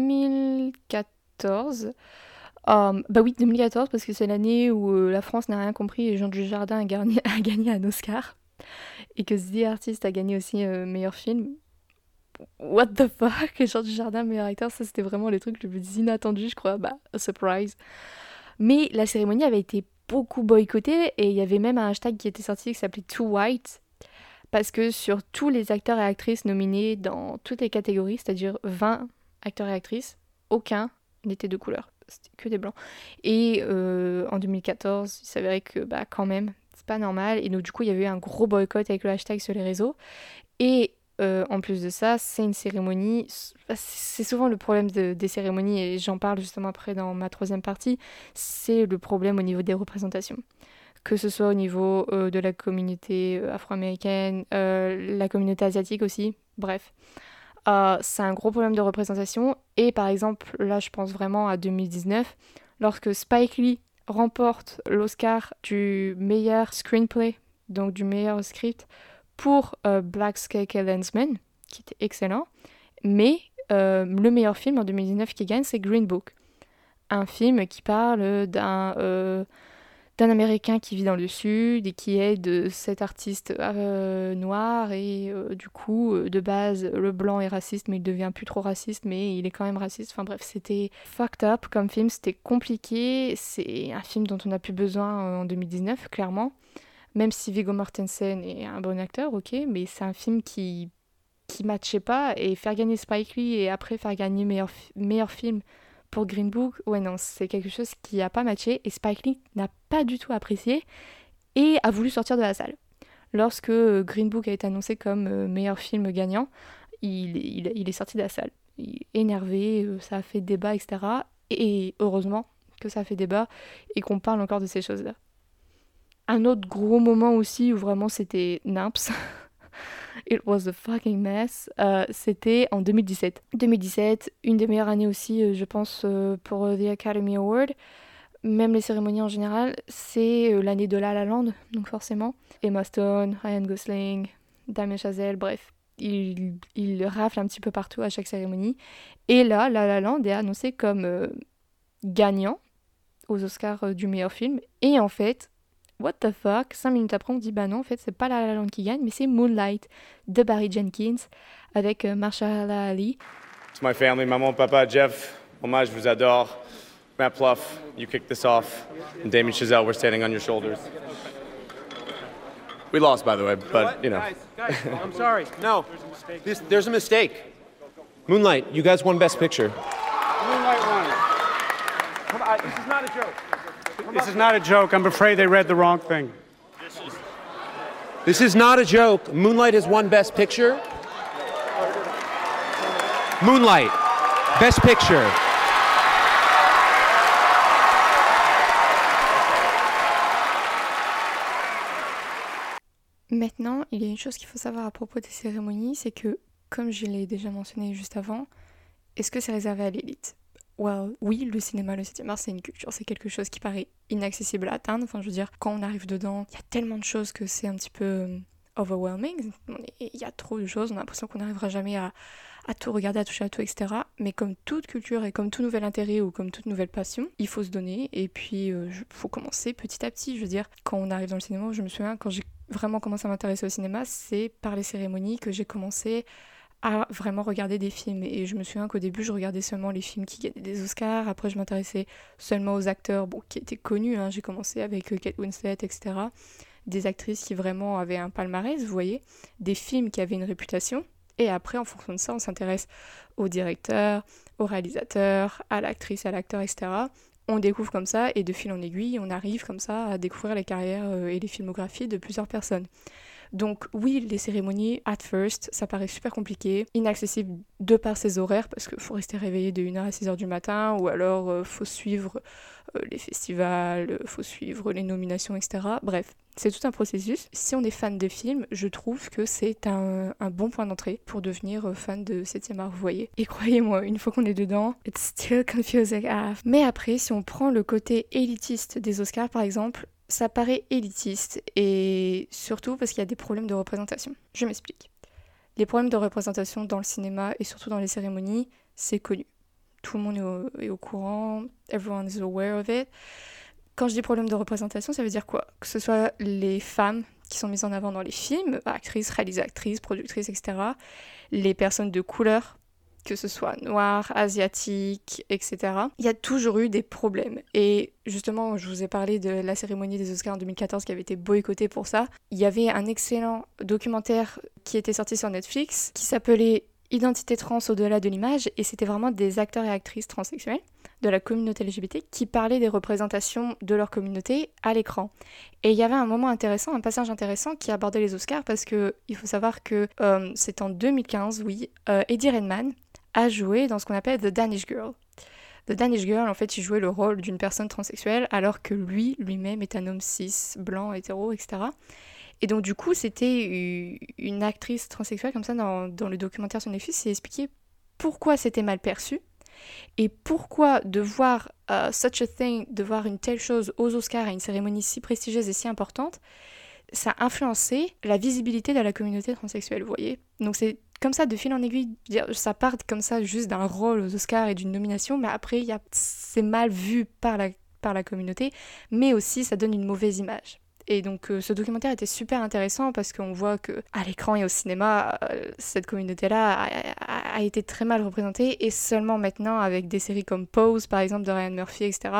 2014. Oui, 2014, parce que c'est l'année où la France n'a rien compris et Jean Dujardin a gagné un Oscar. Et que The Artist a gagné aussi meilleur film. What the fuck? Jean Dujardin, meilleur acteur, ça c'était vraiment les trucs les plus inattendus, je crois. A surprise. Mais la cérémonie avait été beaucoup boycottée, et il y avait même un hashtag qui était sorti qui s'appelait Too White. Parce que sur tous les acteurs et actrices nominés dans toutes les catégories, c'est-à-dire 20 acteurs et actrices, aucun n'était de couleur. C'était que des blancs. Et en 2014, il s'avérait que quand même, c'est pas normal. Et donc du coup, il y avait eu un gros boycott avec le hashtag sur les réseaux. Et en plus de ça, c'est une cérémonie... C'est souvent le problème des cérémonies, et j'en parle justement après dans ma troisième partie, c'est le problème au niveau des représentations. Que ce soit au niveau de la communauté afro-américaine, la communauté asiatique aussi, bref. C'est un gros problème de représentation. Et par exemple, là je pense vraiment à 2019, lorsque Spike Lee remporte l'Oscar du meilleur screenplay donc du meilleur script pour Black Sky Landsman, qui était excellent, mais le meilleur film en 2019 qui gagne, c'est Green Book, un film qui parle d'un Américain qui vit dans le Sud et qui aide cet artiste noir et du coup, de base, le blanc est raciste, mais il devient plus trop raciste, mais il est quand même raciste. Enfin bref, c'était fucked up comme film, c'était compliqué. C'est un film dont on n'a plus besoin en 2019, clairement. Même si Viggo Mortensen est un bon acteur, ok, mais c'est un film qui matchait pas. Et faire gagner Spike Lee et après faire gagner meilleur film pour Green Book, ouais non, c'est quelque chose qui a pas matché et Spike Lee n'a pas du tout apprécié et a voulu sortir de la salle. Lorsque Green Book a été annoncé comme meilleur film gagnant, il est sorti de la salle. Il est énervé, ça a fait débat, etc. Et heureusement que ça a fait débat et qu'on parle encore de ces choses-là. Un autre gros moment aussi où vraiment c'était nimps, it was a fucking mess, c'était en 2017. 2017, une des meilleures années aussi, je pense, pour The Academy Award. Même les cérémonies en général, c'est l'année de La La Land, donc forcément. Emma Stone, Ryan Gosling, Damien Chazelle, bref, il rafle un petit peu partout à chaque cérémonie. Et là, La La Land est annoncé comme gagnant aux Oscars du meilleur film. Et en fait, what the fuck, 5 minutes après on dit bah non, en fait c'est pas La La Land qui gagne, mais c'est Moonlight de Barry Jenkins avec Mahershala Ali. To my family, maman, papa, Jeff, Mama, je vous adore. Matt Pluff, you kicked this off. And Damien Chazelle, we're standing on your shoulders. We lost, by the way, but you know. Guys, I'm sorry. No, there's a mistake. Moonlight, you guys won Best Picture. Moonlight won. Come on, this is not a joke. This is not a joke. I'm afraid they read the wrong thing. This is not a joke. Moonlight has won Best Picture. Moonlight, Best Picture. Maintenant, il y a une chose qu'il faut savoir à propos des cérémonies, c'est que, comme je l'ai déjà mentionné juste avant, est-ce que c'est réservé à l'élite ? Well, oui, le cinéma, le 7e art, c'est une culture, c'est quelque chose qui paraît inaccessible à atteindre. Enfin, je veux dire, quand on arrive dedans, il y a tellement de choses que c'est un petit peu overwhelming. Il y a trop de choses, on a l'impression qu'on n'arrivera jamais à tout regarder, à toucher à tout, etc. Mais comme toute culture et comme tout nouvel intérêt ou comme toute nouvelle passion, il faut se donner et puis il faut commencer petit à petit. Je veux dire, quand on arrive dans le cinéma, je me souviens, quand j'ai vraiment commencé à m'intéresser au cinéma, c'est par les cérémonies que j'ai commencé à vraiment regarder des films. Et je me souviens qu'au début, je regardais seulement les films qui gagnaient des Oscars. Après, je m'intéressais seulement aux acteurs qui étaient connus. J'ai commencé avec Kate Winslet, etc. Des actrices qui vraiment avaient un palmarès, vous voyez. Des films qui avaient une réputation. Et après, en fonction de ça, on s'intéresse au directeur, au réalisateur, à l'actrice, à l'acteur, etc. On découvre comme ça, et de fil en aiguille, on arrive comme ça à découvrir les carrières et les filmographies de plusieurs personnes. Donc oui, les cérémonies, at first, ça paraît super compliqué, inaccessible de par ses horaires, parce qu'il faut rester réveillé de 1h à 6h du matin, ou alors faut suivre les festivals, faut suivre les nominations, etc. Bref, c'est tout un processus. Si on est fan de films, je trouve que c'est un bon point d'entrée pour devenir fan de 7e art, vous voyez. Et croyez-moi, une fois qu'on est dedans, it's still confusing AF. Mais après, si on prend le côté élitiste des Oscars, par exemple, ça paraît élitiste, et surtout parce qu'il y a des problèmes de représentation. Je m'explique. Les problèmes de représentation dans le cinéma, et surtout dans les cérémonies, c'est connu. Tout le monde est au courant, everyone is aware of it. Quand je dis problème de représentation, ça veut dire quoi ? Que ce soit les femmes qui sont mises en avant dans les films, actrices, réalisatrices, productrices, etc. Les personnes de couleur, que ce soit noires, asiatiques, etc. Il y a toujours eu des problèmes. Et justement, je vous ai parlé de la cérémonie des Oscars en 2014 qui avait été boycottée pour ça. Il y avait un excellent documentaire qui était sorti sur Netflix qui s'appelait Identité trans au-delà de l'image, et c'était vraiment des acteurs et actrices transsexuels de la communauté LGBT qui parlaient des représentations de leur communauté à l'écran. Et il y avait un moment intéressant, un passage intéressant qui abordait les Oscars, parce que il faut savoir que c'est en 2015, oui, Eddie Redmayne a joué dans ce qu'on appelle The Danish Girl. The Danish Girl, en fait, il jouait le rôle d'une personne transsexuelle, alors que lui-même est un homme cis, blanc, hétéro, etc. Et donc du coup, c'était une actrice transsexuelle comme ça dans le documentaire sur Netflix, qui expliquait pourquoi c'était mal perçu et pourquoi de voir such a thing, de voir une telle chose aux Oscars à une cérémonie si prestigieuse et si importante, ça a influencé la visibilité de la communauté transsexuelle, vous voyez. Donc c'est comme ça, de fil en aiguille, ça part comme ça juste d'un rôle aux Oscars et d'une nomination, mais après c'est mal vu par la communauté, mais aussi ça donne une mauvaise image. Et donc ce documentaire était super intéressant parce qu'on voit qu'à l'écran et au cinéma, cette communauté-là a été très mal représentée, et seulement maintenant avec des séries comme Pose, par exemple, de Ryan Murphy, etc.,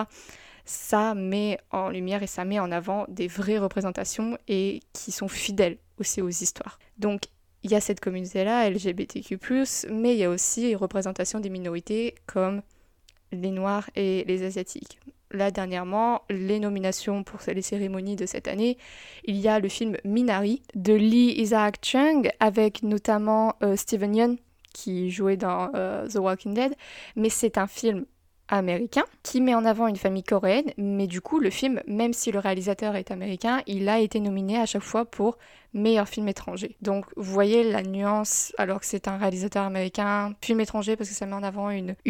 ça met en lumière et ça met en avant des vraies représentations et qui sont fidèles aussi aux histoires. Donc il y a cette communauté-là, LGBTQ+, mais il y a aussi une représentation des minorités comme les Noirs et les Asiatiques. Là, dernièrement, les nominations pour les cérémonies de cette année, il y a le film Minari de Lee Isaac Chung, avec notamment Steven Yeun, qui jouait dans The Walking Dead, mais c'est un film américain qui met en avant une famille coréenne, mais du coup le film, même si le réalisateur est américain, il a été nominé à chaque fois pour meilleur film étranger. Donc vous voyez la nuance, alors que c'est un réalisateur américain, film étranger parce que ça met en avant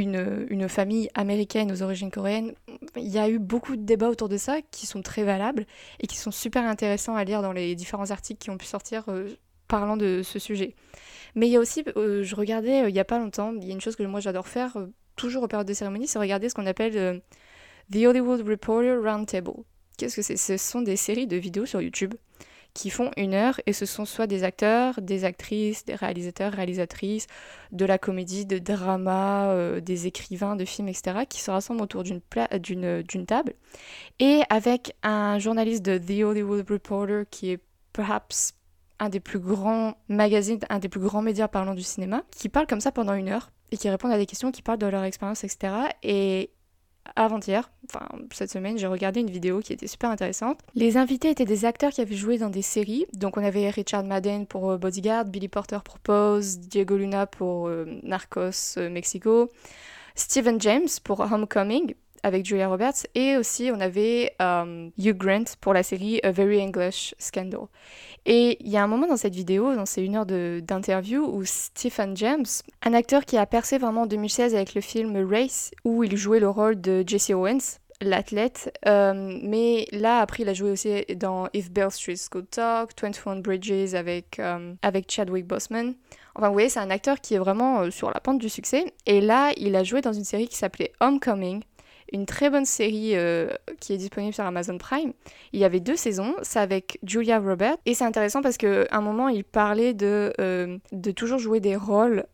une famille américaine aux origines coréennes. Il y a eu beaucoup de débats autour de ça qui sont très valables et qui sont super intéressants à lire dans les différents articles qui ont pu sortir parlant de ce sujet. Mais il y a aussi, je regardais il y a pas longtemps, il y a une chose que moi j'adore faire, toujours aux périodes de cérémonie, c'est regarder ce qu'on appelle The Hollywood Reporter Roundtable. Qu'est-ce que c'est ? Ce sont des séries de vidéos sur YouTube qui font 1 heure, et ce sont soit des acteurs, des actrices, des réalisateurs, réalisatrices, de la comédie, de drama, des écrivains de films, etc., qui se rassemblent autour d'une table, et avec un journaliste de The Hollywood Reporter qui est perhaps un des plus grands magazines, un des plus grands médias parlant du cinéma, qui parle comme ça pendant 1 heure, et qui répondent à des questions, qui parlent de leur expérience, etc. Et avant-hier, enfin cette semaine, j'ai regardé une vidéo qui était super intéressante. Les invités étaient des acteurs qui avaient joué dans des séries. Donc on avait Richard Madden pour Bodyguard, Billy Porter pour Pose, Diego Luna pour Narcos Mexico, Stephen James pour Homecoming avec Julia Roberts, et aussi on avait Hugh Grant pour la série A Very English Scandal. Et il y a un moment dans cette vidéo, dans ces 1 heure d'interview, où Stephen James, un acteur qui a percé vraiment en 2016 avec le film Race, où il jouait le rôle de Jesse Owens, l'athlète, mais là après il a joué aussi dans If Beale Street Could Talk, 21 Bridges avec Chadwick Boseman. Enfin vous voyez, c'est un acteur qui est vraiment sur la pente du succès, et là il a joué dans une série qui s'appelait Homecoming, une très bonne série qui est disponible sur Amazon Prime. Il y avait 2 saisons, c'est avec Julia Roberts, et c'est intéressant parce qu'à un moment il parlait de toujours jouer des rôles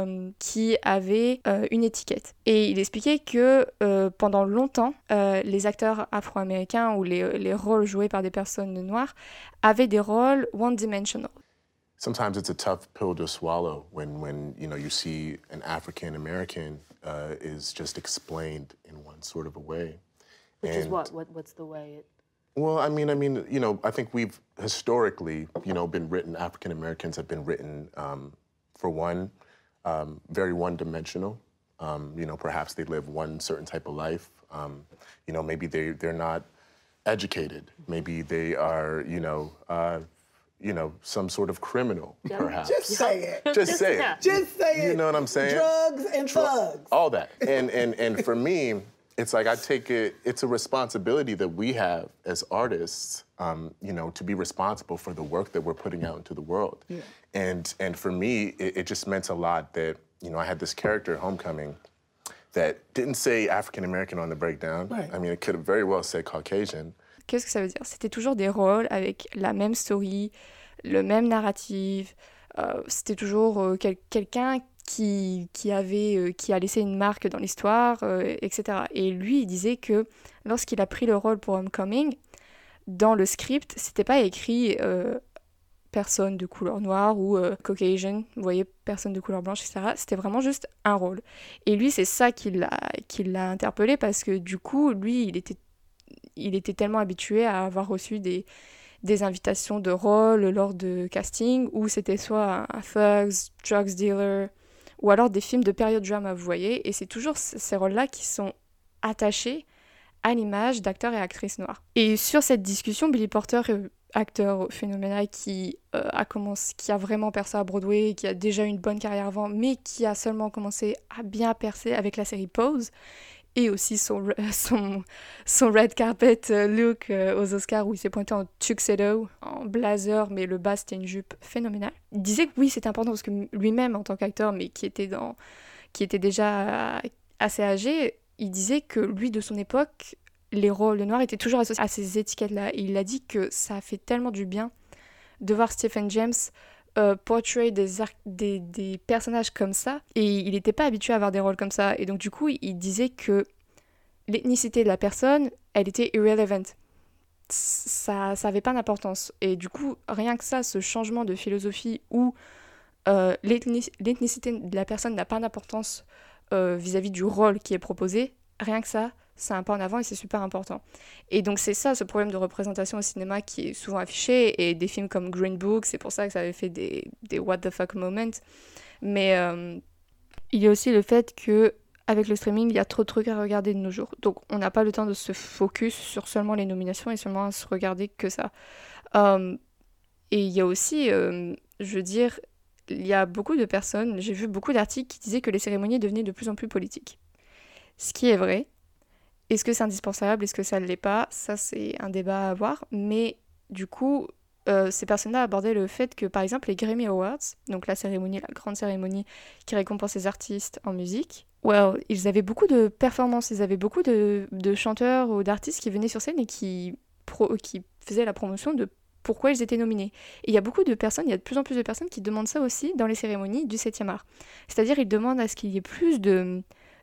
qui avaient une étiquette. Et il expliquait que pendant longtemps, les acteurs afro-américains ou les rôles joués par des personnes noires avaient des rôles one-dimensional. Sometimes it's a tough pill to swallow when you see an African American is just explained in one sort of a way. Which is what? What's the way it? Well, I mean, I think we've historically, been written. African Americans have been written for one, very one-dimensional. Perhaps they live one certain type of life. Maybe they're not educated. Maybe they are, some sort of criminal, perhaps. Just say it. Just say it. Just say it. You know what I'm saying? Drugs and thugs. All that. And for me, it's like I take it, it's a responsibility that we have as artists, to be responsible for the work that we're putting out into the world. Yeah. And for me, it just meant a lot that, I had this character, Homecoming, that didn't say African-American on the breakdown. Right. I mean, it could have very well said Caucasian. Qu'est-ce que ça veut dire ? C'était toujours des rôles avec la même story, le même narratif. C'était toujours quelqu'un qui a laissé une marque dans l'histoire, etc. Et lui, il disait que lorsqu'il a pris le rôle pour Homecoming, dans le script, c'était pas écrit personne de couleur noire ou Caucasian, vous voyez, personne de couleur blanche, etc. C'était vraiment juste un rôle. Et lui, c'est ça qui l'a interpellé, parce que du coup, lui, il était tellement habitué à avoir reçu des invitations de rôle lors de casting, où c'était soit un thugs, drugs dealer, ou alors des films de period drama, vous voyez. Et c'est toujours ces rôles-là qui sont attachés à l'image d'acteurs et actrices noirs. Et sur cette discussion, Billy Porter, acteur phénoménal qui a vraiment percé à Broadway, qui a déjà une bonne carrière avant, mais qui a seulement commencé à bien percer avec la série Pose, et aussi son red carpet look aux Oscars où il s'est pointé en tuxedo, en blazer, mais le bas c'était une jupe phénoménale. Il disait que oui, c'était important parce que lui-même en tant qu'acteur, mais qui était déjà assez âgé, il disait que lui de son époque, les rôles noirs étaient toujours associés à ces étiquettes-là. Et il a dit que ça a fait tellement du bien de voir Stephen James portray des personnages comme ça, et il n'était pas habitué à avoir des rôles comme ça, et donc du coup il disait que l'ethnicité de la personne, elle était irrelevant, ça avait pas d'importance, et du coup rien que ça, ce changement de philosophie où l'ethnicité de la personne n'a pas d'importance vis-à-vis du rôle qui est proposé, rien que ça, c'est un pas en avant et c'est super important. Et donc c'est ça, ce problème de représentation au cinéma qui est souvent affiché, et des films comme Green Book, c'est pour ça que ça avait fait des what the fuck moments. Mais il y a aussi le fait que avec le streaming, il y a trop de trucs à regarder de nos jours. Donc on n'a pas le temps de se focus sur seulement les nominations et seulement à se regarder que ça. Et il y a aussi, je veux dire, il y a beaucoup de personnes, j'ai vu beaucoup d'articles qui disaient que les cérémonies devenaient de plus en plus politiques. Ce qui est vrai. Est-ce que c'est indispensable? Est-ce que ça ne l'est pas? Ça, c'est un débat à avoir. Mais du coup, ces personnes-là abordaient le fait que, par exemple, les Grammy Awards, donc la grande cérémonie qui récompense les artistes en musique, ils avaient beaucoup de performances, ils avaient beaucoup de chanteurs ou d'artistes qui venaient sur scène et qui faisaient la promotion de pourquoi ils étaient nominés. Et il y a de plus en plus de personnes qui demandent ça aussi dans les cérémonies du 7e art. C'est-à-dire, ils demandent à ce qu'il y ait plus de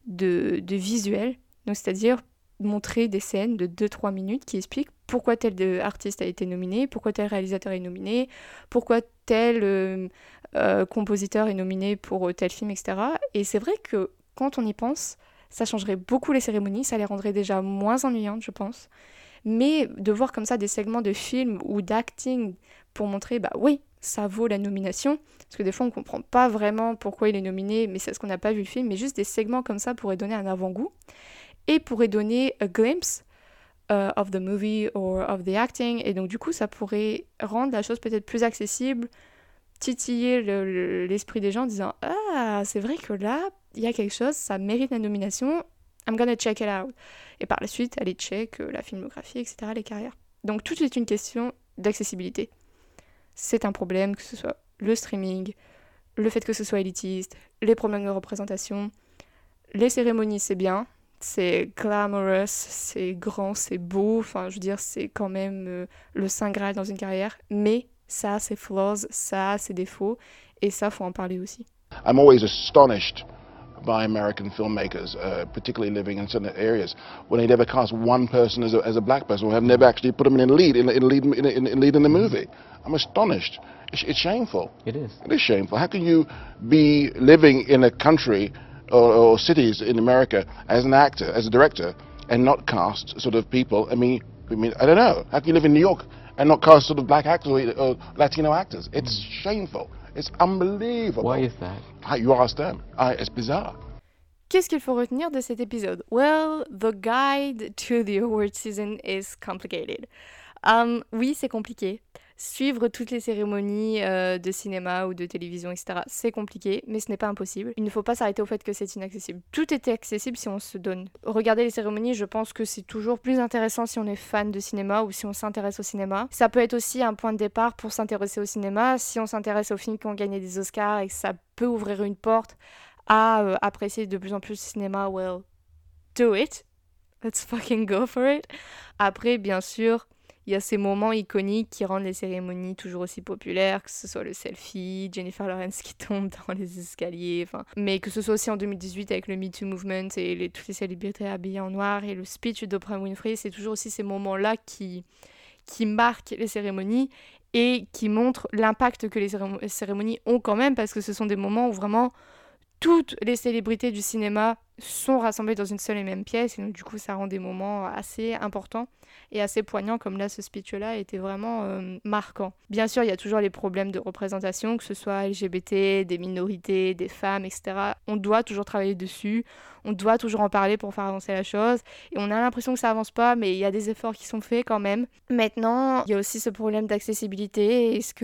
visuels, donc c'est-à-dire montrer des scènes de 2-3 minutes qui expliquent pourquoi tel artiste a été nominé, pourquoi tel réalisateur est nominé, pourquoi tel compositeur est nominé pour tel film, etc. Et c'est vrai que quand on y pense, ça changerait beaucoup les cérémonies, ça les rendrait déjà moins ennuyantes, je pense. Mais de voir comme ça des segments de films ou d'acting pour montrer, oui, ça vaut la nomination, parce que des fois on comprend pas vraiment pourquoi il est nominé, mais c'est parce qu'on n'a pas vu le film, mais juste des segments comme ça pourraient donner un avant-goût, et pourraient donner a glimpse of the movie or of the acting, et donc du coup ça pourrait rendre la chose peut-être plus accessible, titiller l'esprit des gens en disant « Ah, c'est vrai que là, il y a quelque chose, ça mérite la nomination, I'm gonna check it out ». Et par la suite, aller check la filmographie, etc., les carrières. Donc tout est une question d'accessibilité. C'est un problème, que ce soit le streaming, le fait que ce soit élitiste, les problèmes de représentation. Les cérémonies, c'est bien, c'est glamorous, c'est grand, c'est beau, enfin je veux dire, c'est quand même le saint graal dans une carrière, mais ça a ses flaws, ça a ses défauts, et ça, faut en parler aussi. I'm always astonished by American filmmakers, particularly living in certain areas, when they never cast one person as a black person, or have never actually put them in lead in the movie. I'm astonished. It's shameful. It is. It is shameful. How can you be living in a country or cities in America as an actor, as a director, and not cast sort of people? I mean, I don't know. How can you live in New York and not cast sort of black actors or Latino actors? It's shameful. It's unbelievable. Why is that? You ask them. It's bizarre. Qu'est-ce qu'il faut retenir de cet épisode? Well, the guide to the award season is complicated. Oui, c'est compliqué. Suivre toutes les cérémonies de cinéma ou de télévision, etc., c'est compliqué, mais ce n'est pas impossible. Il ne faut pas s'arrêter au fait que c'est inaccessible. Tout est accessible si on se donne. Regarder les cérémonies, je pense que c'est toujours plus intéressant si on est fan de cinéma ou si on s'intéresse au cinéma. Ça peut être aussi un point de départ pour s'intéresser au cinéma, si on s'intéresse aux films qui ont gagné des Oscars et que ça peut ouvrir une porte à apprécier de plus en plus le cinéma, well, do it. Let's fucking go for it. Après, bien sûr, il y a ces moments iconiques qui rendent les cérémonies toujours aussi populaires, que ce soit le selfie, Jennifer Lawrence qui tombe dans les escaliers, mais que ce soit aussi en 2018 avec le Me Too Movement et toutes les célébrités habillées en noir et le speech d'Oprah Winfrey, c'est toujours aussi ces moments-là qui marquent les cérémonies et qui montrent l'impact que les cérémonies ont quand même, parce que ce sont des moments où vraiment toutes les célébrités du cinéma sont rassemblées dans une seule et même pièce, et donc du coup ça rend des moments assez importants et assez poignants, comme là ce speech-là était vraiment marquant. Bien sûr, il y a toujours les problèmes de représentation, que ce soit LGBT, des minorités, des femmes, etc. On doit toujours travailler dessus, on doit toujours en parler pour faire avancer la chose, et on a l'impression que ça avance pas, mais il y a des efforts qui sont faits quand même. Maintenant, il y a aussi ce problème d'accessibilité. Est-ce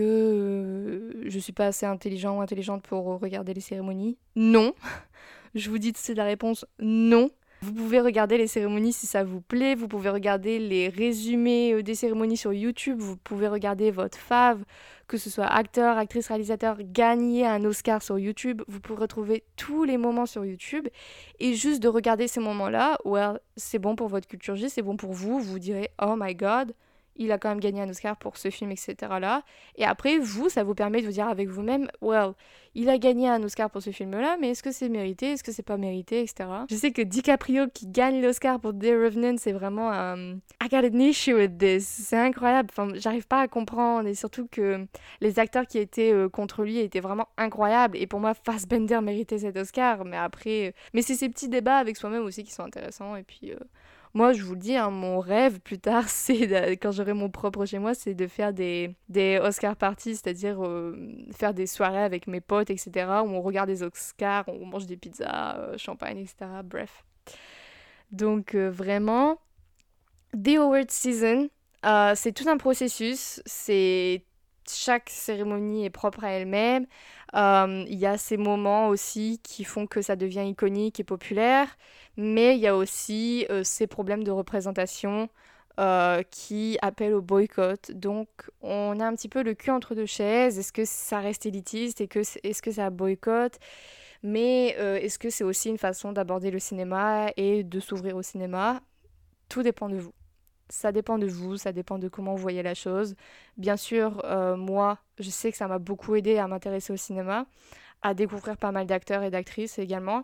que je suis pas assez intelligent ou intelligente pour regarder les cérémonies? Non. Je vous dis, c'est la réponse non. Vous pouvez regarder les cérémonies si ça vous plaît, vous pouvez regarder les résumés des cérémonies sur YouTube, vous pouvez regarder votre fave, que ce soit acteur, actrice, réalisateur, gagner un Oscar sur YouTube. Vous pouvez retrouver tous les moments sur YouTube et juste de regarder ces moments-là, c'est bon pour votre culture J, c'est bon pour vous, vous direz « Oh my God !» il a quand même gagné un Oscar pour ce film, etc. là. Et après, ça vous permet de vous dire avec vous-même, il a gagné un Oscar pour ce film-là, mais est-ce que c'est mérité, est-ce que c'est pas mérité, etc. Je sais que DiCaprio qui gagne l'Oscar pour The Revenant, c'est vraiment I got an issue with this. C'est incroyable. Enfin, j'arrive pas à comprendre, et surtout que les acteurs qui étaient contre lui étaient vraiment incroyables. Et pour moi, Fassbender méritait cet Oscar, mais après, mais c'est ces petits débats avec soi-même aussi qui sont intéressants. Et puis moi, je vous le dis, mon rêve plus tard, c'est quand j'aurai mon propre chez moi, c'est de faire des Oscar parties, c'est-à-dire faire des soirées avec mes potes, etc., où on regarde des Oscars, on mange des pizzas, champagne, etc. Bref. Donc vraiment, The Award Season, c'est tout un processus. Chaque cérémonie est propre à elle-même. Il y a ces moments aussi qui font que ça devient iconique et populaire, mais il y a aussi ces problèmes de représentation qui appellent au boycott. Donc on a un petit peu le cul entre deux chaises. Est-ce que ça reste élitiste? Est-ce que ça boycotte? Mais est-ce que c'est aussi une façon d'aborder le cinéma et de s'ouvrir au cinéma? Tout dépend de vous. Ça dépend de vous, ça dépend de comment vous voyez la chose. Bien sûr, moi, je sais que ça m'a beaucoup aidé à m'intéresser au cinéma, à découvrir pas mal d'acteurs et d'actrices également.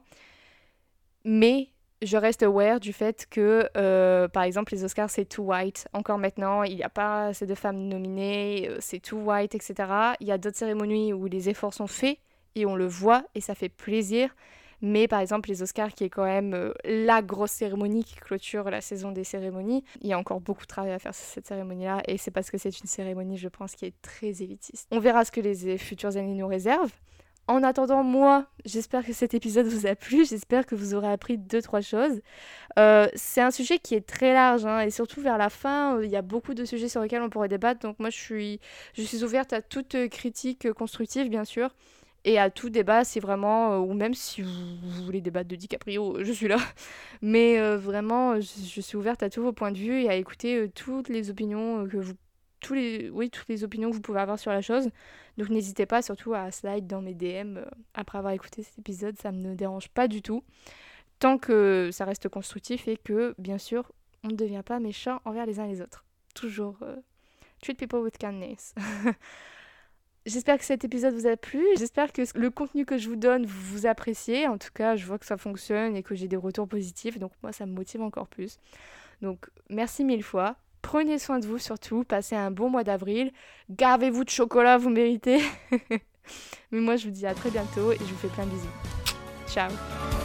Mais je reste aware du fait que, par exemple, les Oscars, c'est too white. Encore maintenant, il n'y a pas assez de femmes nominées, c'est too white, etc. Il y a d'autres cérémonies où les efforts sont faits et on le voit et ça fait plaisir. Mais par exemple, les Oscars, qui est quand même la grosse cérémonie qui clôture la saison des cérémonies, il y a encore beaucoup de travail à faire sur cette cérémonie-là, et c'est parce que c'est une cérémonie, je pense, qui est très élitiste. On verra ce que les futures années nous réservent. En attendant, moi, j'espère que cet épisode vous a plu, j'espère que vous aurez appris 2-3 choses. C'est un sujet qui est très large, et surtout vers la fin, il y a beaucoup de sujets sur lesquels on pourrait débattre, donc moi je suis ouverte à toute critique constructive, bien sûr. Et à tout débat, si vraiment, ou même si vous voulez débattre de DiCaprio, je suis là. Mais vraiment, je suis ouverte à tous vos points de vue et à écouter toutes les opinions toutes les opinions que vous pouvez avoir sur la chose. Donc n'hésitez pas surtout à slide dans mes DM après avoir écouté cet épisode, ça ne me dérange pas du tout. Tant que ça reste constructif et que, bien sûr, on ne devient pas méchant envers les uns les autres. Toujours treat people with kindness. J'espère que cet épisode vous a plu, j'espère que le contenu que je vous donne, vous appréciez. En tout cas, je vois que ça fonctionne et que j'ai des retours positifs, donc moi, ça me motive encore plus. Donc, merci 1000 fois. Prenez soin de vous surtout, passez un bon mois d'avril. Gavez-vous de chocolat, vous méritez. Mais moi, je vous dis à très bientôt et je vous fais plein de bisous. Ciao.